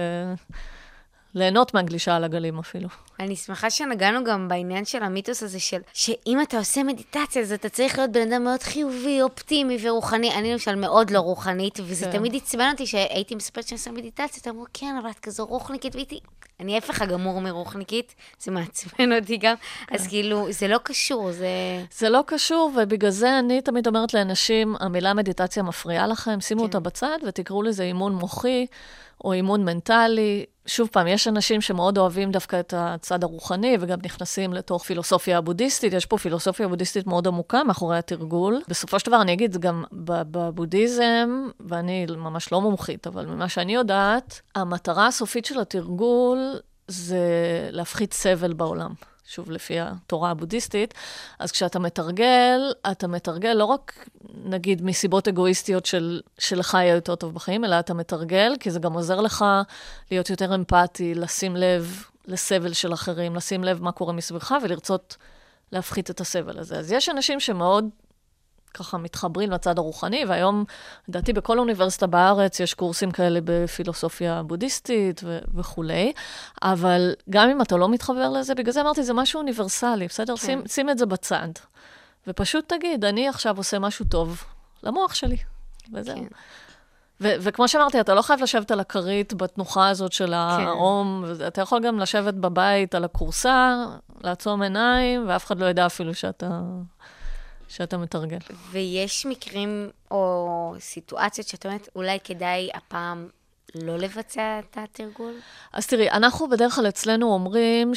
ליהנות מהגלישה על הגלים אפילו. אני שמחה שנגענו גם בעניין של המיתוס הזה של, שאם אתה עושה מדיטציה, אז אתה צריך להיות בן אדם מאוד חיובי, אופטימי ורוחני. אני למשל מאוד לא רוחנית, וזה כן. תמיד הצבן אותי שהייתי מספרת שאני עושה מדיטציה, אתה אומר, כן, אבל את כזו רוחניקית, והייתי, אני ההפך הגמור מרוחניקית, זה מעצבן אותי גם, כן. אז כאילו, זה לא קשור, זה... זה לא קשור, ובגלל זה אני תמיד אומרת לאנשים, המילה מדיטציה מפריעה לכם, שימו כן. אותה בצד, ותקראו לזה אימון מוחי, או אימון מנטלי. שוב פעם, יש אנשים שמאוד אוהבים דווקא את הצד הרוחני, וגם נכנסים לתוך פילוסופיה הבודהיסטית. יש פה פילוסופיה בודהיסטית מאוד עמוקה מאחורי התרגול. בסופו של דבר, אני אגיד, גם בבודהיזם, ואני ממש לא מומחית, אבל ממה שאני יודעת, המטרה הסופית של התרגול זה להפחית סבל בעולם. שוב, לפי התורה הבודהיסטית, אז כשאתה מתרגל, אתה מתרגל לא רק, נגיד, מסיבות אגואיסטיות של, שלך יהיה יותר טוב בחיים, אלא אתה מתרגל, כי זה גם עוזר לך להיות יותר אמפתי, לשים לב לסבל של אחרים, לשים לב מה קורה מסביבך, ולרצות להפחית את הסבל הזה. אז יש אנשים שמאוד ככה מתחברים לצד הרוחני, והיום, לדעתי, בכל אוניברסיטה בארץ יש קורסים כאלה בפילוסופיה בודהיסטית ו- וכולי, אבל גם אם אתה לא מתחבר לזה, בגלל זה אמרתי, זה משהו אוניברסלי, בסדר? כן. שים, שים את זה בצד. ופשוט תגיד, אני עכשיו עושה משהו טוב למוח שלי, וזהו. כן. ו- וכמו שאמרתי, אתה לא חייב לשבת על הכרית בתנוחה הזאת של האום, כן. אתה יכול גם לשבת בבית על הקורסה, לעצום עיניים, ואף אחד לא ידע אפילו שאתה... שאתה מתרגל. ויש מקרים או סיטואציות שאתה אומרת, אולי כדאי הפעם לא לבצע את התרגול? אז תראי, אנחנו בדרך כלל אצלנו אומרים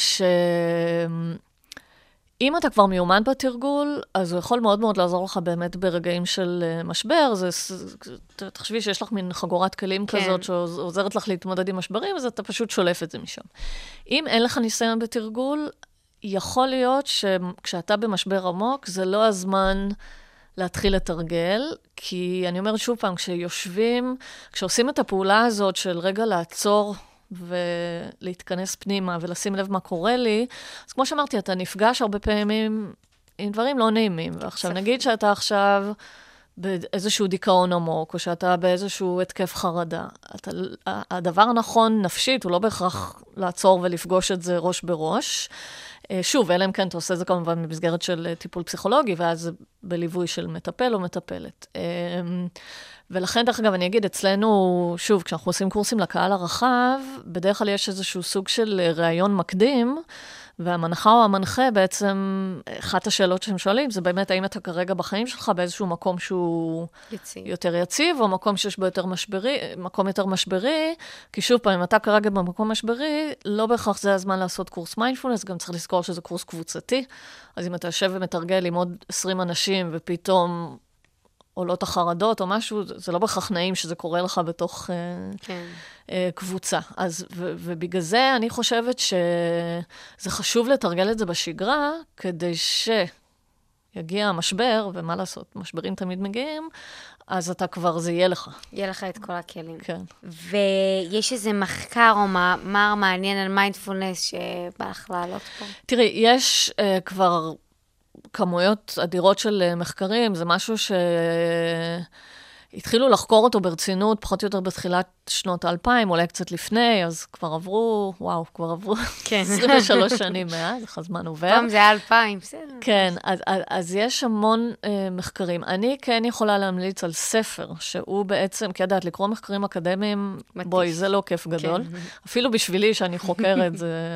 שאם אתה כבר מיומן בתרגול, אז הוא יכול מאוד מאוד לעזור לך באמת ברגעים של משבר. זה, תחשבי שיש לך מין חגורת כלים כן. כזאת שעוזרת לך להתמודד עם משברים, אז אתה פשוט שולף את זה משם. אם אין לך ניסיון בתרגול, יכול להיות שכשאתה במשבר עמוק, זה לא הזמן להתחיל לתרגל, כי אני אומרת שוב פעם, כשיושבים, כשעושים את הפעולה הזאת של רגע לעצור ולהתכנס פנימה ולשים לב מה קורה לי, אז כמו שאמרתי, אתה נפגש הרבה פעמים עם דברים לא נעימים, ועכשיו נגיד שאתה עכשיו באיזשהו דיכאון עמוק, או שאתה באיזשהו התקף חרדה. אתה, הדבר הנכון נפשית הוא לא בהכרח לעצור ולפגוש את זה ראש בראש, שוב, אלא אם כן אתה עושה זה כמובן במסגרת של טיפול פסיכולוגי, ואז בליווי של מטפל או מטפלת. ולכן, דרך אגב, אני אגיד, אצלנו, שוב, כשאנחנו עושים קורסים לקהל הרחב, בדרך כלל יש איזשהו סוג של ראיון מקדים, והמנחה או המנחה בעצם, אחת השאלות שהם שואלים, זה באמת האם אתה כרגע בחיים שלך באיזשהו מקום שהוא יציב. יותר יציב, או מקום שיש בו יותר משברי, מקום יותר משברי, כי שוב פעם, אם אתה כרגע במקום משברי, לא בהכרח זה הזמן לעשות קורס מיינדפולנס, גם צריך לזכור שזה קורס קבוצתי, אז אם אתה יושב ומתרגל עם עוד עשרים אנשים, ופתאום עולות החרדות או משהו, זה לא בהכרח נעים שזה קורה לך בתוך כן. uh, uh, קבוצה. אז, ו- ובגלל זה אני חושבת שזה חשוב לתרגל את זה בשגרה, כדי שיגיע המשבר, ומה לעשות, משברים תמיד מגיעים, אז אתה כבר, זה יהיה לך. יהיה לך את כל הכלים. כן. ויש איזה מחקר או מאמר מעניין על מיינדפולנס שבא לך לעלות פה? תראי, יש uh, כבר... כמויות אדירות של מחקרים, זה משהו התחילו לחקור אותו ברצינות, פחות או יותר בתחילת שנות האלפיים, אולי קצת לפני, אז כבר עברו, וואו, כבר עברו כן. עשרים ושלוש שנים מאז, איך הזמן עובר. פעם זה היה אלפיים, בסדר. כן, אז, אז, אז יש המון אה, מחקרים. אני כן יכולה להמליץ על ספר, שהוא בעצם, כי ידעת, לקרוא מחקרים אקדמיים, מתיש. בואי, זה לא כיף גדול. כן. אפילו בשבילי שאני חוקרת, זה...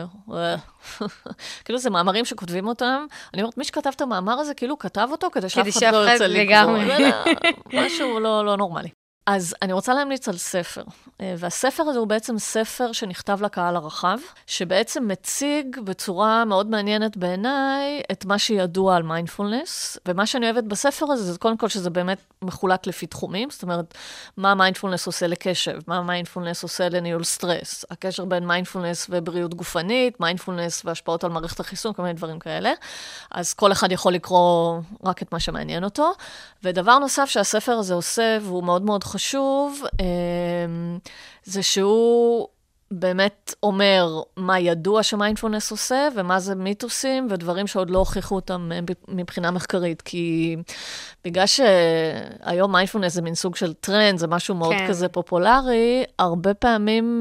כאילו זה מאמרים שכותבים אותם. אני אומרת, מי שכתב את המאמר הזה, כאילו כתב אותו כדי שאף אחד לא ירצה לקרוא. משהו לא, לא נורמלי. אז אני רוצה להמליץ על ספר, והספר הזה הוא בעצם ספר שנכתב לקהל הרחב, שבעצם מציג בצורה מאוד מעניינת בעיניי את מה שידוע על מיינדפולנס, ומה שאני אוהבת בספר הזה זה קודם כל שזה באמת מחולק לפי תחומים, זאת אומרת, מה מיינדפולנס עושה לקשב, מה מיינדפולנס עושה לניהול סטרס, הקשר בין מיינדפולנס ובריאות גופנית, מיינדפולנס והשפעות על מערכת החיסון, כל מיני דברים כאלה, אז כל אחד יכול לקרוא רק את מה שמעניין אותו, ודבר נוסף שהספר הזה עושה, והוא מאוד מאוד חשוב, חשוב, זה שהוא באמת אומר מה ידוע שמיינדפולנס עושה, ומה זה מיתוסים, ודברים שעוד לא הוכיחו אותם מבחינה מחקרית, כי בגלל שהיום מיינדפולנס זה מין סוג של טרנד, זה משהו מאוד כן. כזה פופולרי, הרבה פעמים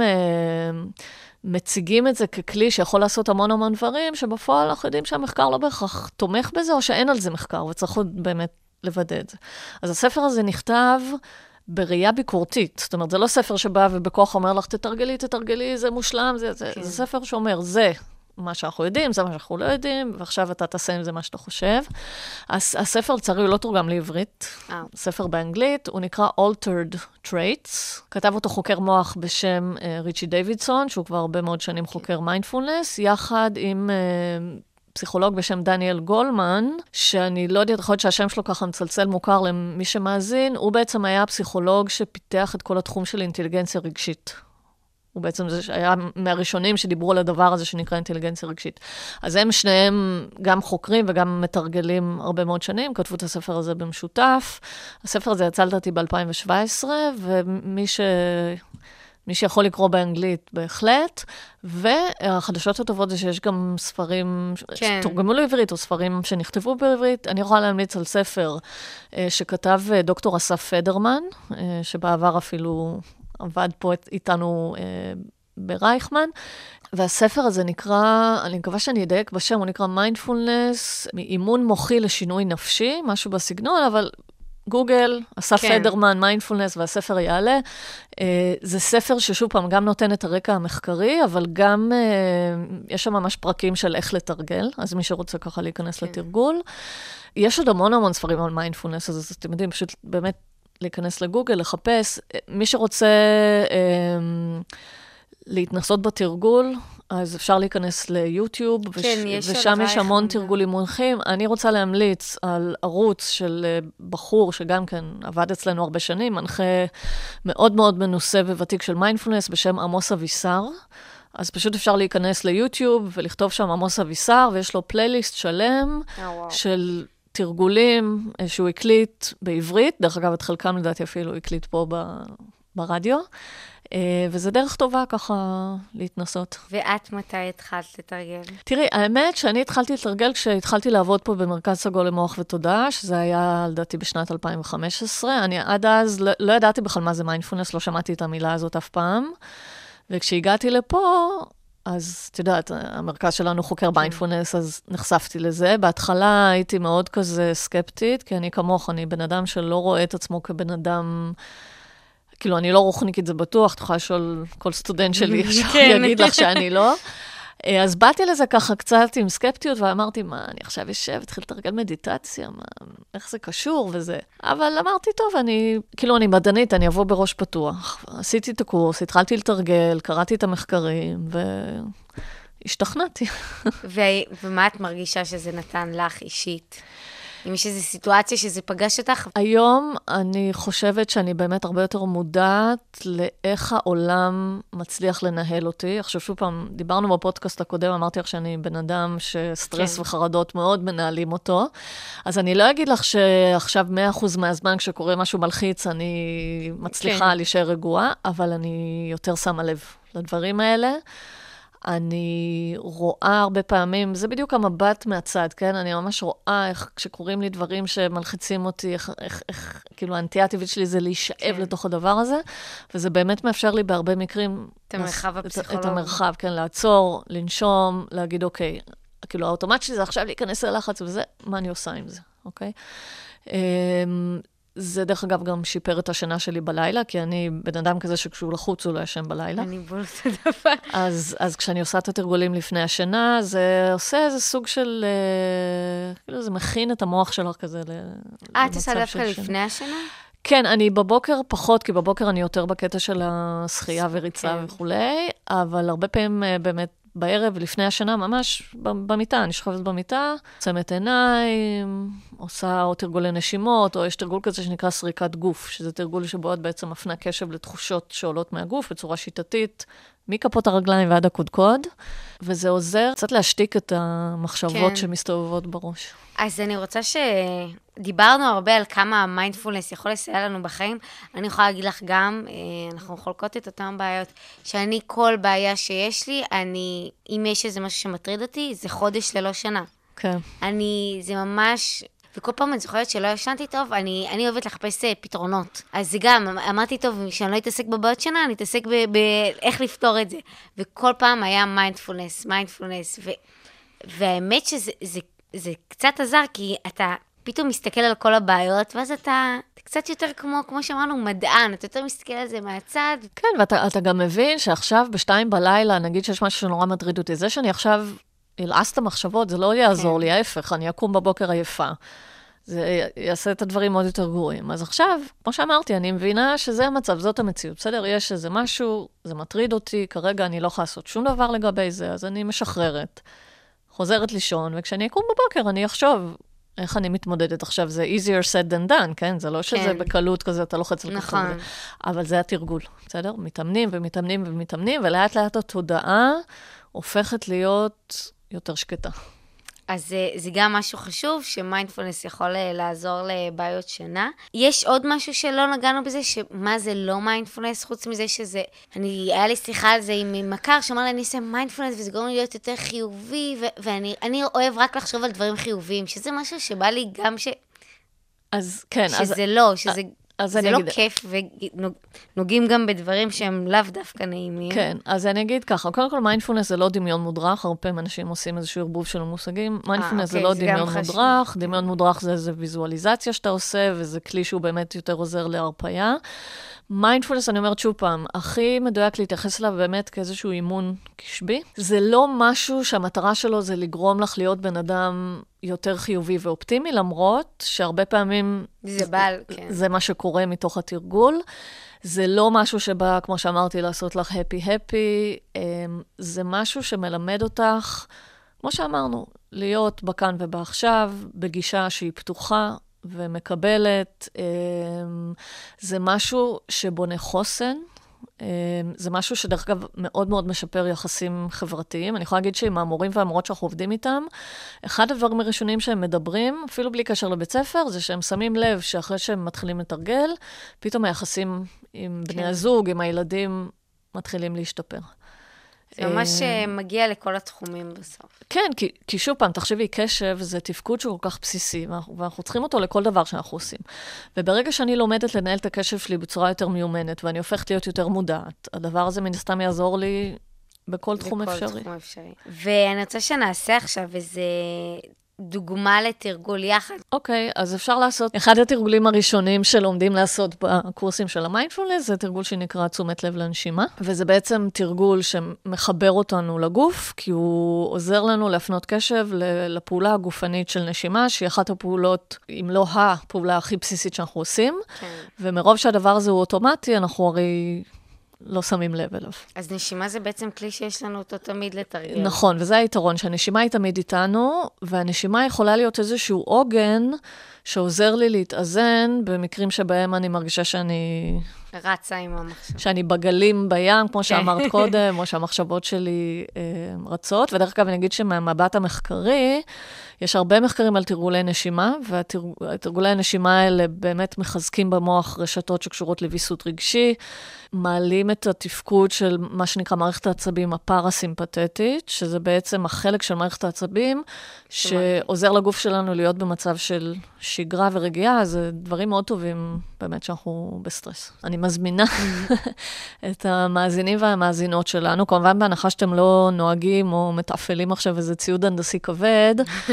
מציגים את זה ככלי שיכול לעשות המון המון דברים, שבפועל אנחנו יודעים שהמחקר לא בהכרח תומך בזה, או שאין על זה מחקר, וצריך עוד באמת לוודא את זה. אז הספר הזה נכתב בראייה ביקורתית. זאת אומרת, זה לא ספר שבא ובכוח אומר לך, תתרגלי, תתרגלי, זה מושלם, זה, זה, כן. זה ספר שאומר, זה מה שאנחנו יודעים, זה מה שאנחנו לא יודעים, ועכשיו אתה תעשה עם זה מה שאתה חושב. הספר לצערי הוא לא תורגם לעברית, oh. ספר באנגלית, הוא נקרא Altered Traits, כתב אותו חוקר מוח בשם uh, ריצ'י דיווידסון, שהוא כבר הרבה מאוד שנים חוקר מיינדפולנס, יחד עם... Uh, פסיכולוג בשם דניאל גולמן, שאני לא יודעת, יכול להיות שהשם שלו ככה מצלצל מוכר למי שמאזין, הוא בעצם היה פסיכולוג שפיתח את כל התחום של אינטליגנציה רגשית. הוא בעצם זה היה מהראשונים שדיברו על הדבר הזה שנקרא אינטליגנציה רגשית. אז הם שניהם גם חוקרים וגם מתרגלים הרבה מאוד שנים, כתבו את הספר הזה במשותף. הספר הזה יצא לדעתי ב-אלפיים שבע עשרה, ומי ש... מי שיכול לקרוא באנגלית בהחלט, והחדשות הטובות זה שיש גם ספרים כן. שתורגמו לעברית, או ספרים שנכתבו בעברית. אני יכולה להמליץ על ספר שכתב דוקטור אסף פדרמן, שבעבר אפילו עבד פה איתנו ברייכמן, והספר הזה נקרא, אני מקווה שאני אדייק בשם, הוא נקרא מיינדפולנס, מאימון מוחי לשינוי נפשי, משהו בסגנון, אבל... גוגל, אסף כן. פדרמן, מיינדפולנס, והספר יעלה. זה ספר ששוב פעם גם נותן את הרקע המחקרי, אבל גם יש שם ממש פרקים של איך לתרגל, אז מי שרוצה ככה להיכנס כן. לתרגול. יש עוד המון המון ספרים על מיינדפולנס, אז אתם יודעים, פשוט באמת להיכנס לגוגל, לחפש. מי שרוצה להתנסות בתרגול, אז אפשר להיכנס ליוטיוב, כן, וש... יש ושם יש המון חמדה. תרגולים מונחים. אני רוצה להמליץ על ערוץ של בחור, שגם כן עבד אצלנו הרבה שנים, מנחה מאוד מאוד מנוסה וותיק של מיינדפולנס, בשם עמוס אבישר. אז פשוט אפשר להיכנס ליוטיוב, ולכתוב שם עמוס אבישר, ויש לו פלייליסט שלם oh, wow. של תרגולים, שהוא הקליט בעברית, דרך אגב, את חלקם לדעתי אפילו הקליט פה ב... ברדיו. וזה דרך טובה ככה להתנסות. ואת מתי התחלת לתרגל? תראי, האמת שאני התחלתי לתרגל כשהתחלתי לעבוד פה במרכז סגול למוח ותודעה, שזה היה לדעתי בשנת אלפיים וחמש עשרה. אני עד אז לא, לא ידעתי בכלל מה זה מיינדפולנס, לא שמעתי את המילה הזאת אף פעם. וכשהגעתי לפה, אז את יודעת, המרכז שלנו חוקר מיינדפולנס, אז נחשפתי לזה. בהתחלה הייתי מאוד כזה סקפטית, כי אני כמוך, אני בן אדם שלא רואה את עצמו כבן אדם... כאילו, אני לא רוחניקית, זה בטוח, תוכל לשאול כל סטודנט שלי, שיגיד לך שאני לא. אז באתי לזה ככה קצת עם סקפטיות, ואמרתי, מה, אני עכשיו אשב, התחיל לתרגל מדיטציה, מה, איך זה קשור וזה. אבל אמרתי, טוב, אני, כאילו, אני מדענית, אני אבוא בראש פתוח. עשיתי את הקורס, התחלתי לתרגל, קראתי את המחקרים, והשתכנעתי. ומה את מרגישה שזה נתן לך אישית? אם יש איזו סיטואציה שזה פגש אותך? היום אני חושבת שאני באמת הרבה יותר מודעת לאיך העולם מצליח לנהל אותי. עכשיו שוב פעם, דיברנו בפודקאסט הקודם, אמרתי לך שאני בן אדם שסטרס כן. וחרדות מאוד מנהלים אותו. אז אני לא אגיד לך שעכשיו מאה אחוז מהזמן כשקורה משהו מלחיץ, אני מצליחה כן. להישאר רגועה, אבל אני יותר שמה לב לדברים האלה. אני רואה הרבה פעמים, זה בדיוק המבט מהצד, כן? אני ממש רואה איך כשקוראים לי דברים שמלחיצים אותי, איך, איך, איך כאילו האנטיה הטבעית שלי זה להישאב כן. לתוך הדבר הזה, וזה באמת מאפשר לי בהרבה מקרים... את המרחב הפסיכולוגי. את המרחב, כן, לעצור, לנשום, להגיד, אוקיי, כאילו האוטומט שלי זה עכשיו להיכנס ללחץ, וזה, מה אני עושה עם זה, אוקיי? זה דרך אגב גם שיפר את השינה שלי בלילה, כי אני בן אדם כזה שכשהוא לחוץ הוא לא ישן בלילה. אני בול את הדבר. אז, אז כשאני עושה את התרגולים לפני השינה, זה עושה איזה סוג של, כאילו זה מכין את המוח שלך כזה למצב של שינה. אה, את עושה דווקא לפני השינה? כן, אני בבוקר פחות, כי בבוקר אני יותר בקטע של השחייה וריצה כן. וכולי, אבל הרבה פעמים באמת בערב, לפני השינה, ממש במיטה, אני שוכבת במיטה, צמת עיניים, עושה או תרגולי נשימות, או יש תרגול כזה שנקרא סריקת גוף, שזה תרגול שבו את בעצם מפנה קשב לתחושות שעולות מהגוף, בצורה שיטתית, מכפות הרגליים ועד הקודקוד, וזה עוזר קצת להשתיק את המחשבות כן. שמסתובבות בראש. אז אני רוצה שדיברנו הרבה על כמה המיינדפולנס יכול לסייע לנו בחיים. אני יכולה להגיד לך גם, אנחנו חולקות את אותם בעיות, שאני כל בעיה שיש לי, אני, אם יש איזה משהו שמטריד אותי, זה חודש ללא שנה. כן. אני, זה ממש... וכל פעם אני זוכרת שלא ישנתי טוב, אני, אני אוהבת לחפש פתרונות. אז זה גם, אמרתי טוב, שאני לא אתעסק בבעיות שנה, אני אתעסק באיך לפתור את זה. וכל פעם היה מיינדפולנס, מיינדפולנס, ו, והאמת שזה זה, זה קצת עזר, כי אתה פתאום מסתכל על כל הבעיות, ואז אתה קצת יותר כמו, כמו שאמרנו, מדען, אתה יותר מסתכל על זה מהצד. כן, ואתה אתה גם מבין שעכשיו בשתיים בלילה, נגיד שיש משהו שנורא מטריד אותי, זה שאני עכשיו... אלעס את המחשבות, זה לא יעזור לי, ההפך, אני אקום בבוקר עייפה. זה יעשה את הדברים מאוד יותר גרועים. אז עכשיו, כמו שאמרתי, אני מבינה שזה המצב, זאת המציאות. בסדר, יש איזה משהו, זה מטריד אותי, כרגע אני לא יכולה לעשות שום דבר לגבי זה, אז אני משחררת, חוזרת לישון, וכשאני אקום בבוקר, אני אחשוב איך אני מתמודדת. עכשיו, זה easier said than done, כן? זה לא שזה כן. בקלות כזה, אתה לוחץ על כזה. נכון. אבל זה התרגול, בסדר? מתאמנים ומתאמנים ומתאמנים, ולאט לאט התודעה הופכת להיות יותר שקטה. אז זה, זה גם משהו חשוב, שמיינדפולנס יכול לעזור לבעיות שינה. יש עוד משהו שלא נגענו בזה, שמה זה לא מיינדפולנס, חוץ מזה שזה, אני, היה לי שיחה על זה עם מכר, שאמר לי, אני אעשה מיינדפולנס, וזה גורם לי להיות יותר חיובי, ו- ואני אני אוהב רק לחשוב על דברים חיוביים, שזה משהו שבא לי גם ש... אז כן, שזה אז... לא, שזה... זה לא אגיד... כיף, ונוגעים גם בדברים שהם לאו דווקא נעימים. כן, אז אני אגיד ככה, קודם כל מיינדפולנס זה לא דמיון מודרך, הרבה פעמים אנשים עושים איזשהו ערבוב של המושגים, מיינדפולנס זה לא דמיון מודרך, דמיון מודרך זה איזו ויזואליזציה שאתה עושה, וזה כלי שהוא באמת יותר עוזר להרפאיה. מיינדפולנס, אני אומרת שוב פעם, הכי מדויק להתייחס אליו באמת כאיזשהו אימון קשבי. זה לא משהו שהמטרה שלו זה לגרום לך להיות בן אדם יותר חיובי ואופטימי, למרות שהרבה פעמים זה, בעל, כן. זה מה שקורה מתוך התרגול. זה לא משהו שבא, כמו שאמרתי, לעשות לך הפי-הפי. זה משהו שמלמד אותך, כמו שאמרנו, להיות בכאן ובעכשיו, בגישה שהיא פתוחה, ומקבלת, זה משהו שבונה חוסן, זה משהו שדרך אגב מאוד מאוד משפר יחסים חברתיים. אני יכולה להגיד שעם המורים והמורות שאנחנו עובדים איתם, אחד הדברים הראשונים שהם מדברים, אפילו בלי קשר לבית ספר, זה שהם שמים לב שאחרי שהם מתחילים לתרגל, פתאום היחסים עם בני כן. הזוג, עם הילדים, מתחילים להשתפר. זה ממש מגיע לכל התחומים בסוף. כן, כי, כי שוב פעם, תחשבי, קשב זה תפקוד שהוא כל כך בסיסי, ואנחנו, ואנחנו צריכים אותו לכל דבר שאנחנו עושים. וברגע שאני לומדת לנהל את הקשב שלי בצורה יותר מיומנת, ואני הופכת להיות יותר מודעת, הדבר הזה מן הסתם יעזור לי בכל תחום אפשרי. בכל תחום אפשרי. ואני רוצה שנעשה עכשיו איזה דוגמה לתרגול יחד. אוקיי, אז אפשר לעשות, אחד התרגולים הראשונים שלומדים לעשות בקורסים של המיינדפולנס, זה תרגול שנקרא תשומת לב לנשימה, וזה בעצם תרגול שמחבר אותנו לגוף, כי הוא עוזר לנו להפנות קשב לפעולה הגופנית של נשימה, שהיא אחת הפעולות, אם לא הפעולה הכי בסיסית שאנחנו עושים, כן. ומרוב שהדבר הזה הוא אוטומטי, אנחנו הרי לא שמים לב אליו. אז נשימה זה בעצם כלי שיש לנו אותו תמיד לתרגל. נכון, וזה היתרון, שהנשימה היא תמיד איתנו, והנשימה יכולה להיות איזשהו עוגן שעוזר לי להתאזן במקרים שבהם אני מרגישה שאני... רצה עם המחשב. שאני בגלים בים, כמו שאמרת קודם, או שהמחשבות שלי אה, רצות. ודרך אגב, אני אגיד שמהמבט המחקרי, יש הרבה מחקרים על תרגולי נשימה, והתרגולי הנשימה האלה באמת מחזקים במוח רשתות שקשורות לוויסות רגשי, מעלים את התפקוד של מה שנקרא מערכת העצבים הפרסימפתטית, שזה בעצם החלק של מערכת העצבים, שעוזר לגוף שלנו להיות במצב של שגרה ורגיעה, זה דברים מאוד טובים באמת שאנחנו בסטרס. אני מזמינה את המאזינים והמאזינות שלנו, כמובן בהנחה שאתם לא נוהגים או מתאפלים עכשיו איזה ציוד הנדסי כבד,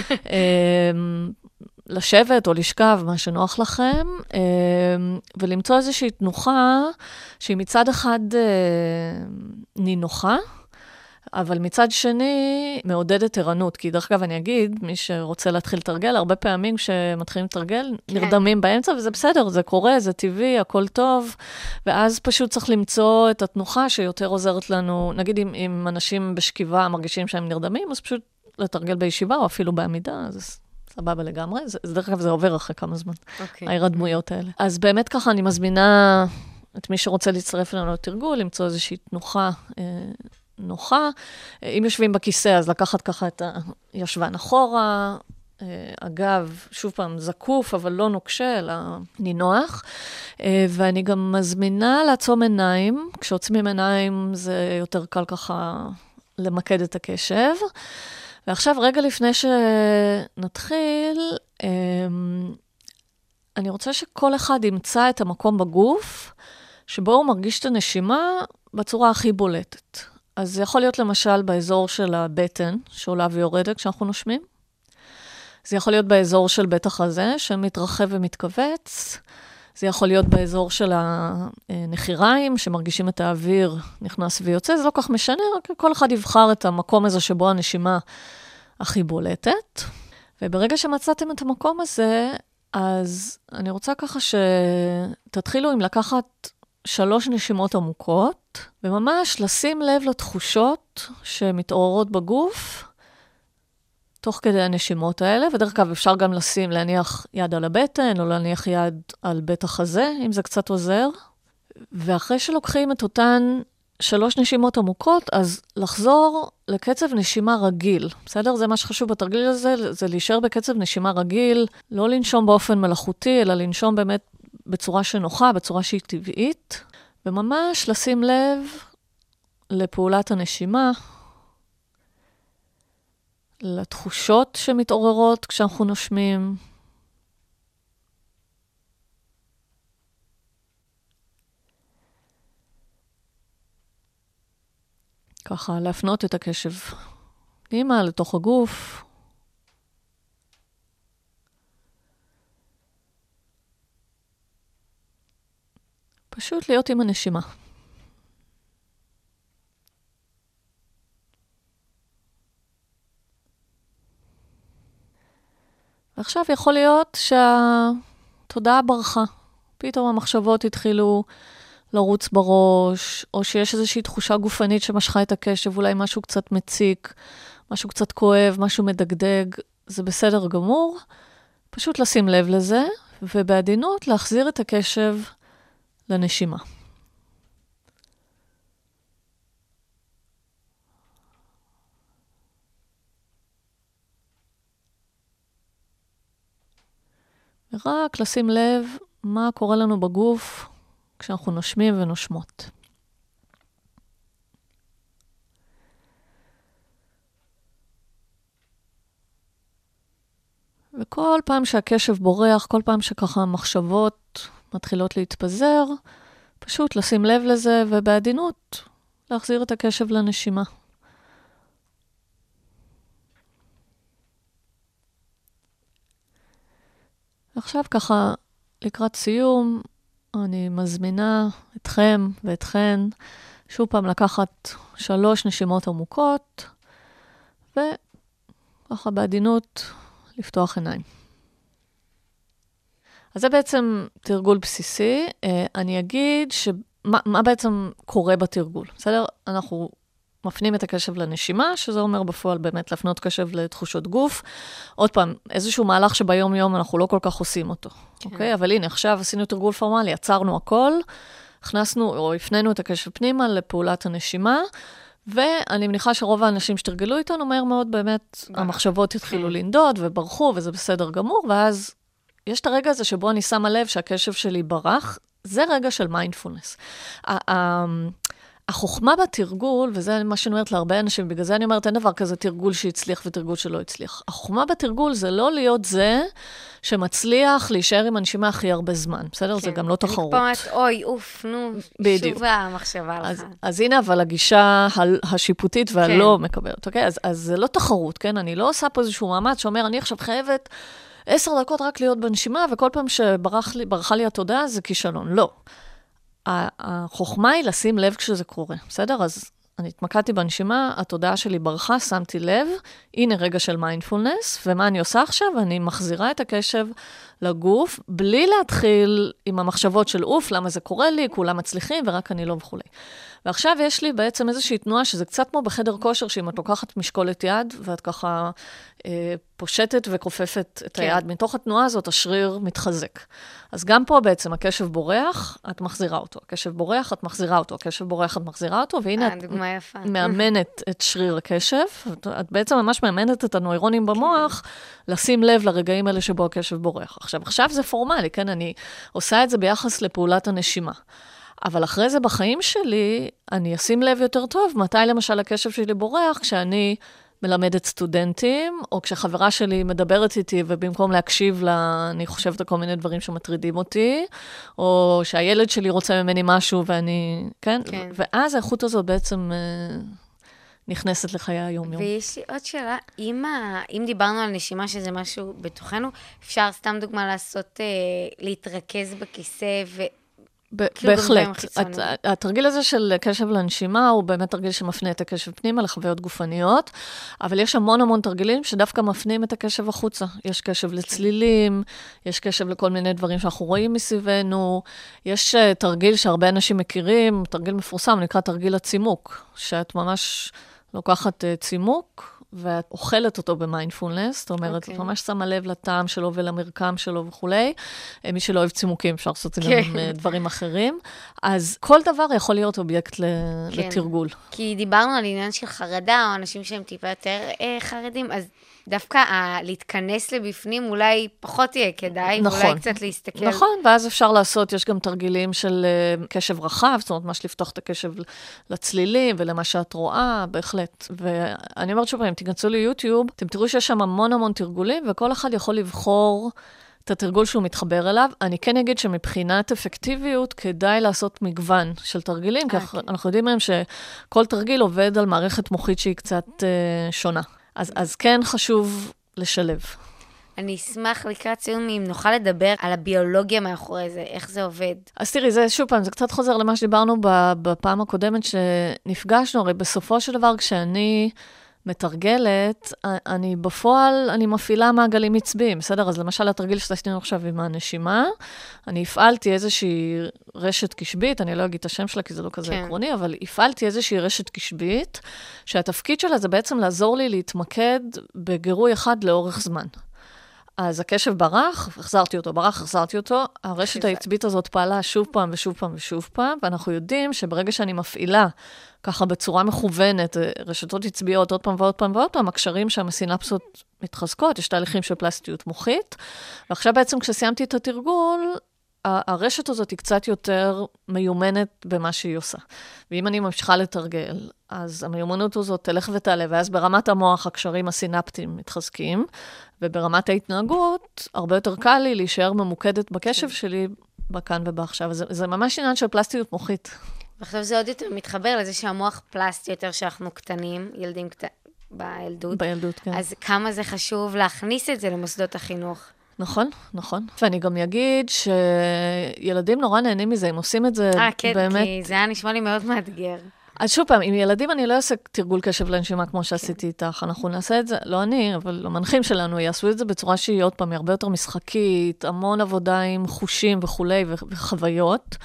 לשבת או לשכב, מה שנוח לכם, ולמצוא איזושהי תנוחה שהיא מצד אחד נינוחה, אבל מצד שני מעודדת ערנות, כי דרך אגב אני אגיד, מי שרוצה להתחיל לתרגל, הרבה פעמים כשמתחילים לתרגל, כן. נרדמים באמצע, וזה בסדר, זה קורה, זה טבעי, הכל טוב, ואז פשוט צריך למצוא את התנוחה שיותר עוזרת לנו, נגיד אם, אם אנשים בשכיבה מרגישים שהם נרדמים, אז פשוט לתרגל בישיבה או אפילו בעמידה, אז סבבה לגמרי, זה, זה דרך אגב זה עובר אחרי כמה זמן, okay. ההירדמויות האלה. אז באמת ככה אני מזמינה את מי שרוצה להצטרף לנו לתרגול, למצוא איזושהי תנוחה אה, נוחה. אם יושבים בכיסא, אז לקחת ככה את הישבן אחורה, אה, אגב, שוב פעם, זקוף, אבל לא נוקשה, אלא נינוח. אה, ואני גם מזמינה לעצום עיניים, כשעוצמים עיניים זה יותר קל ככה למקד את הקשב. ועכשיו, רגע לפני שנתחיל, אני רוצה שכל אחד ימצא את המקום בגוף, שבו הוא מרגיש את הנשימה בצורה הכי בולטת. אז זה יכול להיות למשל באזור של הבטן, שעולה ויורדת כשאנחנו נושמים. זה יכול להיות באזור של בית החזה, שמתרחב ומתכווץ. זה יכול להיות באזור של הנחיריים, שמרגישים את האוויר נכנס ויוצא, זה לא כך משנה, רק כל אחד יבחר את המקום הזה שבו הנשימה הכי בולטת. וברגע שמצאתם את המקום הזה, אז אני רוצה ככה שתתחילו עם לקחת שלוש נשימות עמוקות, וממש לשים לב לתחושות שמתעוררות בגוף, תוך כדי הנשימות האלה, ודרך כלל אפשר גם לשים, להניח יד על הבטן, או להניח יד על בית החזה, אם זה קצת עוזר. ואחרי שלוקחים את אותן שלוש נשימות עמוקות, אז לחזור לקצב נשימה רגיל. בסדר? זה מה שחשוב בתרגיל הזה, זה להישאר בקצב נשימה רגיל, לא לנשום באופן מלאכותי, אלא לנשום באמת בצורה שנוחה, בצורה שהיא טבעית, וממש לשים לב לפעולת הנשימה, לתחושות שמתעוררות כשאנחנו נושמים. ככה, להפנות את הקשב פנימה לתוך הגוף. פשוט להיות עם הנשימה. ועכשיו יכול להיות שהתודעה ברחה. פתאום המחשבות התחילו לרוץ בראש, או שיש איזושהי תחושה גופנית שמשכה את הקשב, אולי משהו קצת מציק, משהו קצת כואב, משהו מדגדג, זה בסדר גמור. פשוט לשים לב לזה, ובעדינות להחזיר את הקשב לנשימה. ורק לשים לב מה קורה לנו בגוף כשאנחנו נושמים ונושמות. וכל פעם שהקשב בורח, כל פעם שככה המחשבות מתחילות להתפזר, פשוט לשים לב לזה ובעדינות להחזיר את הקשב לנשימה. עכשיו ככה, לקראת סיום, אני מזמינה אתכם ואתכן, שוב פעם לקחת שלוש נשימות עמוקות, וככה בעדינות לפתוח עיניים. אז זה בעצם תרגול בסיסי. אני אגיד שמה מה בעצם קורה בתרגול, בסדר? אנחנו מפנים את הקשב לנשימה, שזה אומר בפועל באמת להפנות קשב לתחושות גוף. עוד פעם, איזשהו מהלך שביום יום אנחנו לא כל כך עושים אותו. כן. אוקיי? אבל הנה, עכשיו עשינו תרגול פורמלי, עצרנו הכל, הכנסנו או הפנינו את הקשב פנימה לפעולת הנשימה, ואני מניחה שרוב האנשים שתרגלו איתנו, מהר מאוד באמת המחשבות התחילו לנדוד וברחו, וזה בסדר גמור, ואז יש את הרגע הזה שבו אני שמה לב שהקשב שלי ברח, זה רגע של מיינדפולנס. החוכמה בתרגול, וזה מה שאני אומרת להרבה אנשים, בגלל זה אני אומרת, אין דבר כזה תרגול שהצליח ותרגול שלא הצליח. החוכמה בתרגול זה לא להיות זה שמצליח להישאר עם הנשימה הכי הרבה זמן, בסדר? זה גם לא תחרות. אני כבר אוי, אוף, נו, שוב המחשבה לך. אז הנה, אבל הגישה השיפוטית והלא מקבלת, אוקיי? אז זה לא תחרות, כן? אני לא עושה פה איזשהו מאמץ שאומר, אני עכשיו חייבת עשר דקות רק להיות בנשימה, וכל פעם שברחה לי התודעה, זה כישלון. לא. החוכמה היא לשים לב כשזה קורה, בסדר? אז אני התמקדתי בנשימה, התודעה שלי ברחה, שמתי לב, הנה רגע של מיינדפולנס, ומה אני עושה עכשיו? אני מחזירה את הקשב לגוף, בלי להתחיל עם המחשבות של אוף, למה זה קורה לי, כולם מצליחים, ורק אני לא וכו'. ועכשיו יש לי בעצם איזושהי תנועה, שזה קצת כמו בחדר כושר, שאם את לוקחת משקולת יד, ואת ככה אה, פושטת וכופפת את כן. היד, מתוך התנועה הזאת השריר מתחזק. אז גם פה בעצם הקשב בורח, את מחזירה אותו. הקשב בורח, את מחזירה אותו. הקשב בורח, את מחזירה אותו, והנה את יפה. מאמנת את שריר הקשב. את, את בעצם ממש מאמנת את הנוירונים במוח, כן. לשים לב לרגעים האלה שבו הקשב בורח. עכשיו, עכשיו זה פורמלי, כן? אני עושה את זה ביחס לפעולת הנשימה. אבל אחרי זה בחיים שלי, אני אשים לב יותר טוב, מתי למשל הקשב שלי בורח, כשאני מלמדת סטודנטים, או כשחברה שלי מדברת איתי, ובמקום להקשיב לה, אני חושבת על כל מיני דברים שמטרידים אותי, או שהילד שלי רוצה ממני משהו, ואני, כן? כן. ואז האיכות הזאת בעצם אה, נכנסת לחיי היום-יום. ויש לי עוד שאלה, אם, ה... אם דיברנו על נשימה שזה משהו בתוכנו, אפשר סתם דוגמה לעשות, אה, להתרכז בכיסא ו... בהחלט. התרגיל הזה של קשב לנשימה הוא באמת תרגיל שמפנה את הקשב פנימה לחוויות גופניות, אבל יש המון המון תרגילים שדווקא מפנים את הקשב החוצה. יש קשב לצלילים, יש קשב לכל מיני דברים שאנחנו רואים מסביבנו, יש תרגיל שהרבה אנשים מכירים, תרגיל מפורסם, נקרא תרגיל הצימוק, שאת ממש לוקחת צימוק, ואת אוכלת אותו במיינדפולנס, זאת אומרת, את ממש שמה לב לטעם שלו ולמרקם שלו וכולי. מי שלא אוהב צימוקים, אפשר לעשות גם דברים אחרים. אז כל דבר יכול להיות אובייקט לתרגול. כי דיברנו על עניין של חרדה, או אנשים שהם טיפה יותר חרדים, אז דווקא להתכנס לבפנים אולי פחות יהיה כדאי, ואולי קצת להסתכל. נכון, ואז אפשר לעשות, יש גם תרגילים של קשב רחב, זאת אומרת, ממש לפתוח את הקשב לצלילים ולמה שאת רואה, בהחלט. ואני אומרת שוב, אם תיכנסו ליוטיוב, אתם תראו שיש שם המון המון תרגולים, וכל אחד יכול לבחור את התרגול שהוא מתחבר אליו. אני כן אגיד שמבחינת אפקטיביות, כדאי לעשות מגוון של תרגילים, כי אנחנו יודעים מהם שכל תרגיל עובד על מערכת מוחית שהיא קצת שונה. אז, אז כן חשוב לשלב. אני אשמח לקראת סיום אם נוכל לדבר על הביולוגיה מאחורי זה, איך זה עובד. אז תראי, זה שוב פעם, זה קצת חוזר למה שדיברנו בפעם הקודמת שנפגשנו, הרי בסופו של דבר כשאני מתרגלת, אני בפועל, אני מפעילה מעגלים עצביים, בסדר? אז למשל התרגיל שעשינו עכשיו עם הנשימה, אני הפעלתי איזושהי רשת קשבית, אני לא אגיד את השם שלה כי זה לא כזה כן. עקרוני, אבל הפעלתי איזושהי רשת קשבית, שהתפקיד שלה זה בעצם לעזור לי להתמקד בגירוי אחד לאורך זמן. אז הקשב ברח, החזרתי אותו, ברח, החזרתי אותו, הרשת העצבית הזאת פעלה שוב פעם ושוב פעם ושוב פעם, ואנחנו יודעים שברגע שאני מפעילה ככה בצורה מכוונת, רשתות עצביות עוד פעם ועוד פעם ועוד פעם, הקשרים שם הסינפסות מתחזקות, יש תהליכים של פלסטיות מוחית, ועכשיו בעצם כשסיימתי את התרגול, הרשת הזאת היא קצת יותר מיומנת במה שהיא עושה. ואם אני ממשיכה לתרגל, אז המיומנות הזאת תלך ותעלה, ואז ברמת המוח הקשרים הסינפטיים מתחזקים, וברמת ההתנהגות, הרבה יותר קל לי להישאר ממוקדת בקשב שלי, בכאן ובעכשיו. זה, זה ממש עניין של פלסטיות מוחית. ועכשיו זה עוד יותר מתחבר לזה שהמוח פלסטי יותר שאנחנו קטנים, ילדים קטנים, בילדות. בילדות, כן. אז כמה זה חשוב להכניס את זה למוסדות החינוך? נכון, נכון. ואני גם אגיד שילדים נורא נהנים מזה, הם עושים את זה 아, כן, באמת... כי זה היה נשמע לי מאוד מאתגר. אז שוב פעם, עם ילדים אני לא אעשה תרגול קשב לנשימה כמו שעשיתי איתך, אנחנו נעשה את זה, לא אני, אבל המנחים שלנו יעשו את זה בצורה שהיא עוד פעם, היא הרבה יותר משחקית, המון עבודה עם חושים וכולי וחוויות.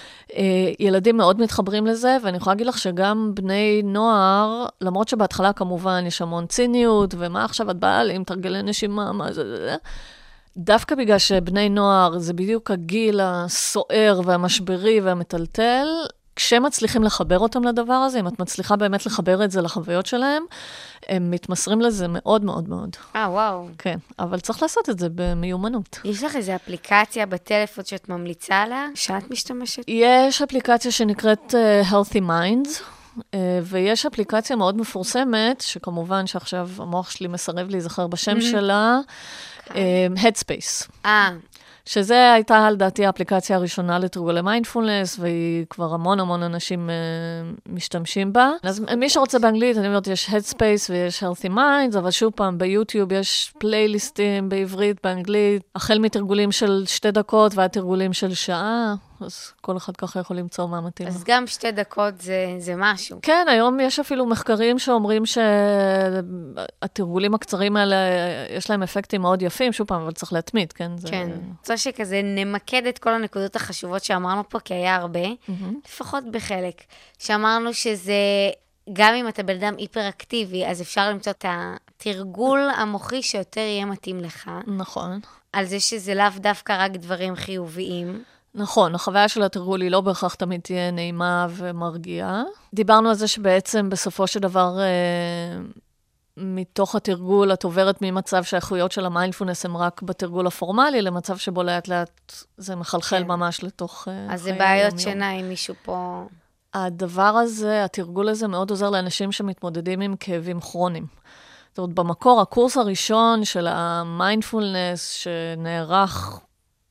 ילדים מאוד מתחברים לזה, ואני יכולה להגיד לך שגם בני נוער, למרות שבהתחלה כמובן יש המון ציניות, ומה עכשיו את באה לי עם תרגלי נשימה, מה זה, זה, זה. דווקא בגלל שבני נוער זה בדיוק הגיל הסוער והמשברי והמטלטל, כשמצליחים לחבר אותם לדבר הזה, אם את מצליחה באמת לחבר את זה לחוויות שלהם, הם מתמסרים לזה מאוד מאוד מאוד. אה, וואו. כן, אבל צריך לעשות את זה במיומנות. יש לך איזו אפליקציה בטלפון שאת ממליצה עליה, שאת משתמשת? יש אפליקציה שנקראת uh, Healthy Minds, uh, ויש אפליקציה מאוד מפורסמת, שכמובן שעכשיו המוח שלי מסרב להיזכר בשם mm-hmm. שלה, uh, Headspace. אה. שזה הייתה, לדעתי, האפליקציה הראשונה לתרגולי מיינדפולנס, והיא כבר המון המון אנשים uh, משתמשים בה. אז מי שרוצה באנגלית, אני אומרת, יש Headspace ויש Healthy Minds, אבל שוב פעם, ביוטיוב יש פלייליסטים בעברית, באנגלית, החל מתרגולים של שתי דקות ועד תרגולים של שעה, אז כל אחד ככה יכול למצוא מה מתאים. אז גם שתי דקות זה, זה משהו. כן, היום יש אפילו מחקרים שאומרים שהתרגולים הקצרים האלה, יש להם אפקטים מאוד יפים, שוב פעם, אבל צריך להתמיד, כן? זה... כן. רוצה שכזה נמקד את כל הנקודות החשובות שאמרנו פה, כי היה הרבה, mm-hmm. לפחות בחלק, שאמרנו שזה, גם אם אתה בן אדם היפראקטיבי, אז אפשר למצוא את התרגול המוחי שיותר יהיה מתאים לך. נכון. על זה שזה לאו דווקא רק דברים חיוביים. נכון, החוויה של התרגול היא לא בהכרח תמיד תהיה נעימה ומרגיעה. דיברנו על זה שבעצם בסופו של דבר, אה, מתוך התרגול, את עוברת ממצב שהאיכויות של המיינדפולנס הם רק בתרגול הפורמלי, למצב שבו לאט לאט זה מחלחל כן. ממש לתוך אה, חיי היום-יום. אז זה בעיות שינה עם מישהו פה... הדבר הזה, התרגול הזה מאוד עוזר לאנשים שמתמודדים עם כאבים כרוניים. זאת אומרת, במקור, הקורס הראשון של המיינדפולנס שנערך...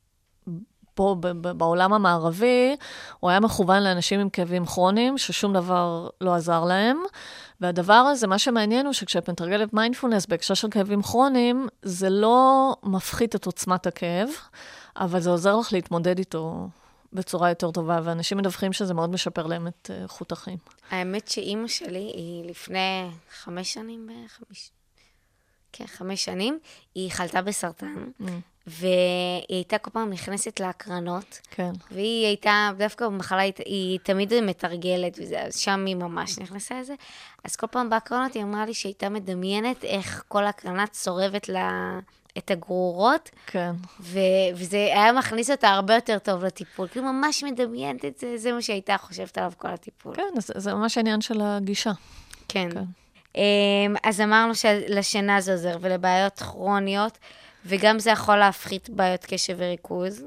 פה בעולם המערבי, הוא היה מכוון לאנשים עם כאבים כרוניים, ששום דבר לא עזר להם, והדבר הזה, מה שמעניין הוא שכשאת מתרגלת מיינדפולנס בהקשר של כאבים כרוניים, זה לא מפחית את עוצמת הכאב, אבל זה עוזר לך להתמודד איתו בצורה יותר טובה, ואנשים מדווחים שזה מאוד משפר להם את חוט החיים. האמת שאימא שלי היא לפני חמש שנים בערך, כן, חמש שנים, היא חלתה בסרטן, mm. והיא הייתה כל פעם נכנסת להקרנות, כן. והיא הייתה, דווקא במחלה, היא, היא תמיד מתרגלת, וזה, אז שם היא ממש נכנסה לזה. אז כל פעם בהקרנות היא אמרה לי שהייתה מדמיינת איך כל הקרנה צורבת לה את הגרורות, כן. ו, וזה היה מכניס אותה הרבה יותר טוב לטיפול, כי היא ממש מדמיינת את זה, זה מה שהייתה חושבת עליו כל הטיפול. כן, זה, זה ממש העניין של הגישה. כן. כן. אז אמרנו שלשינה זה עוזר, ולבעיות כרוניות, וגם זה יכול להפחית בעיות קשב וריכוז.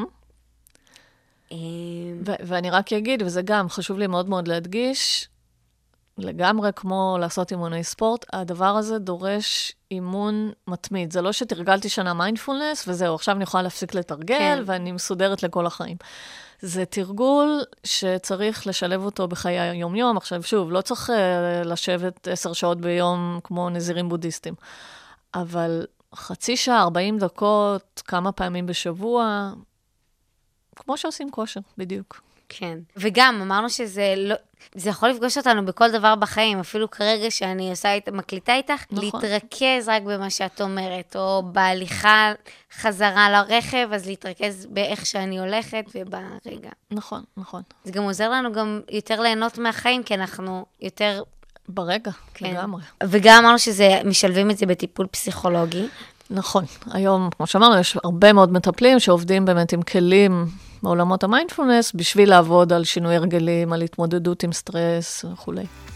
ואני רק אגיד, וזה גם חשוב לי מאוד מאוד להדגיש, לגמרי כמו לעשות אימוני ספורט, הדבר הזה דורש אימון מתמיד. זה לא שתרגלתי שנה מיינדפולנס, וזהו, עכשיו אני יכולה להפסיק לתרגל, ואני מסודרת לכל החיים. זה תרגול שצריך לשלב אותו בחיי היום-יום. עכשיו, שוב, לא צריך לשבת עשר שעות ביום כמו נזירים בודהיסטים. אבל חצי שעה, ארבעים דקות, כמה פעמים בשבוע, כמו שעושים כושר, בדיוק. כן. וגם אמרנו שזה לא, זה יכול לפגוש אותנו בכל דבר בחיים, אפילו כרגע שאני עושה, מקליטה איתך, נכון. להתרכז רק במה שאת אומרת, או בהליכה חזרה לרכב, אז להתרכז באיך שאני הולכת וברגע. נכון, נכון. זה גם עוזר לנו גם יותר ליהנות מהחיים, כי אנחנו יותר... ברגע, כן. לגמרי. וגם אמרנו שזה, משלבים את זה בטיפול פסיכולוגי. נכון. היום, כמו שאמרנו, יש הרבה מאוד מטפלים שעובדים באמת עם כלים בעולמות המיינדפולנס, בשביל לעבוד על שינוי הרגלים, על התמודדות עם סטרס וכו'.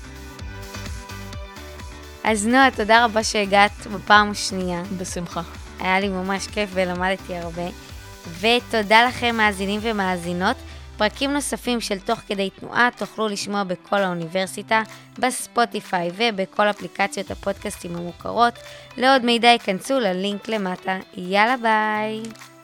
אז נועה, תודה רבה שהגעת בפעם השנייה. בשמחה. היה לי ממש כיף ולמדתי הרבה. ותודה לכם מאזינים ומאזינות. פרקים נוספים של תוך כדי תנועה תוכלו לשמוע בכל האוניברסיטה, בספוטיפיי ובכל אפליקציות הפודקאסטים המוכרות. לעוד מידע ייכנסו ללינק למטה. יאללה ביי!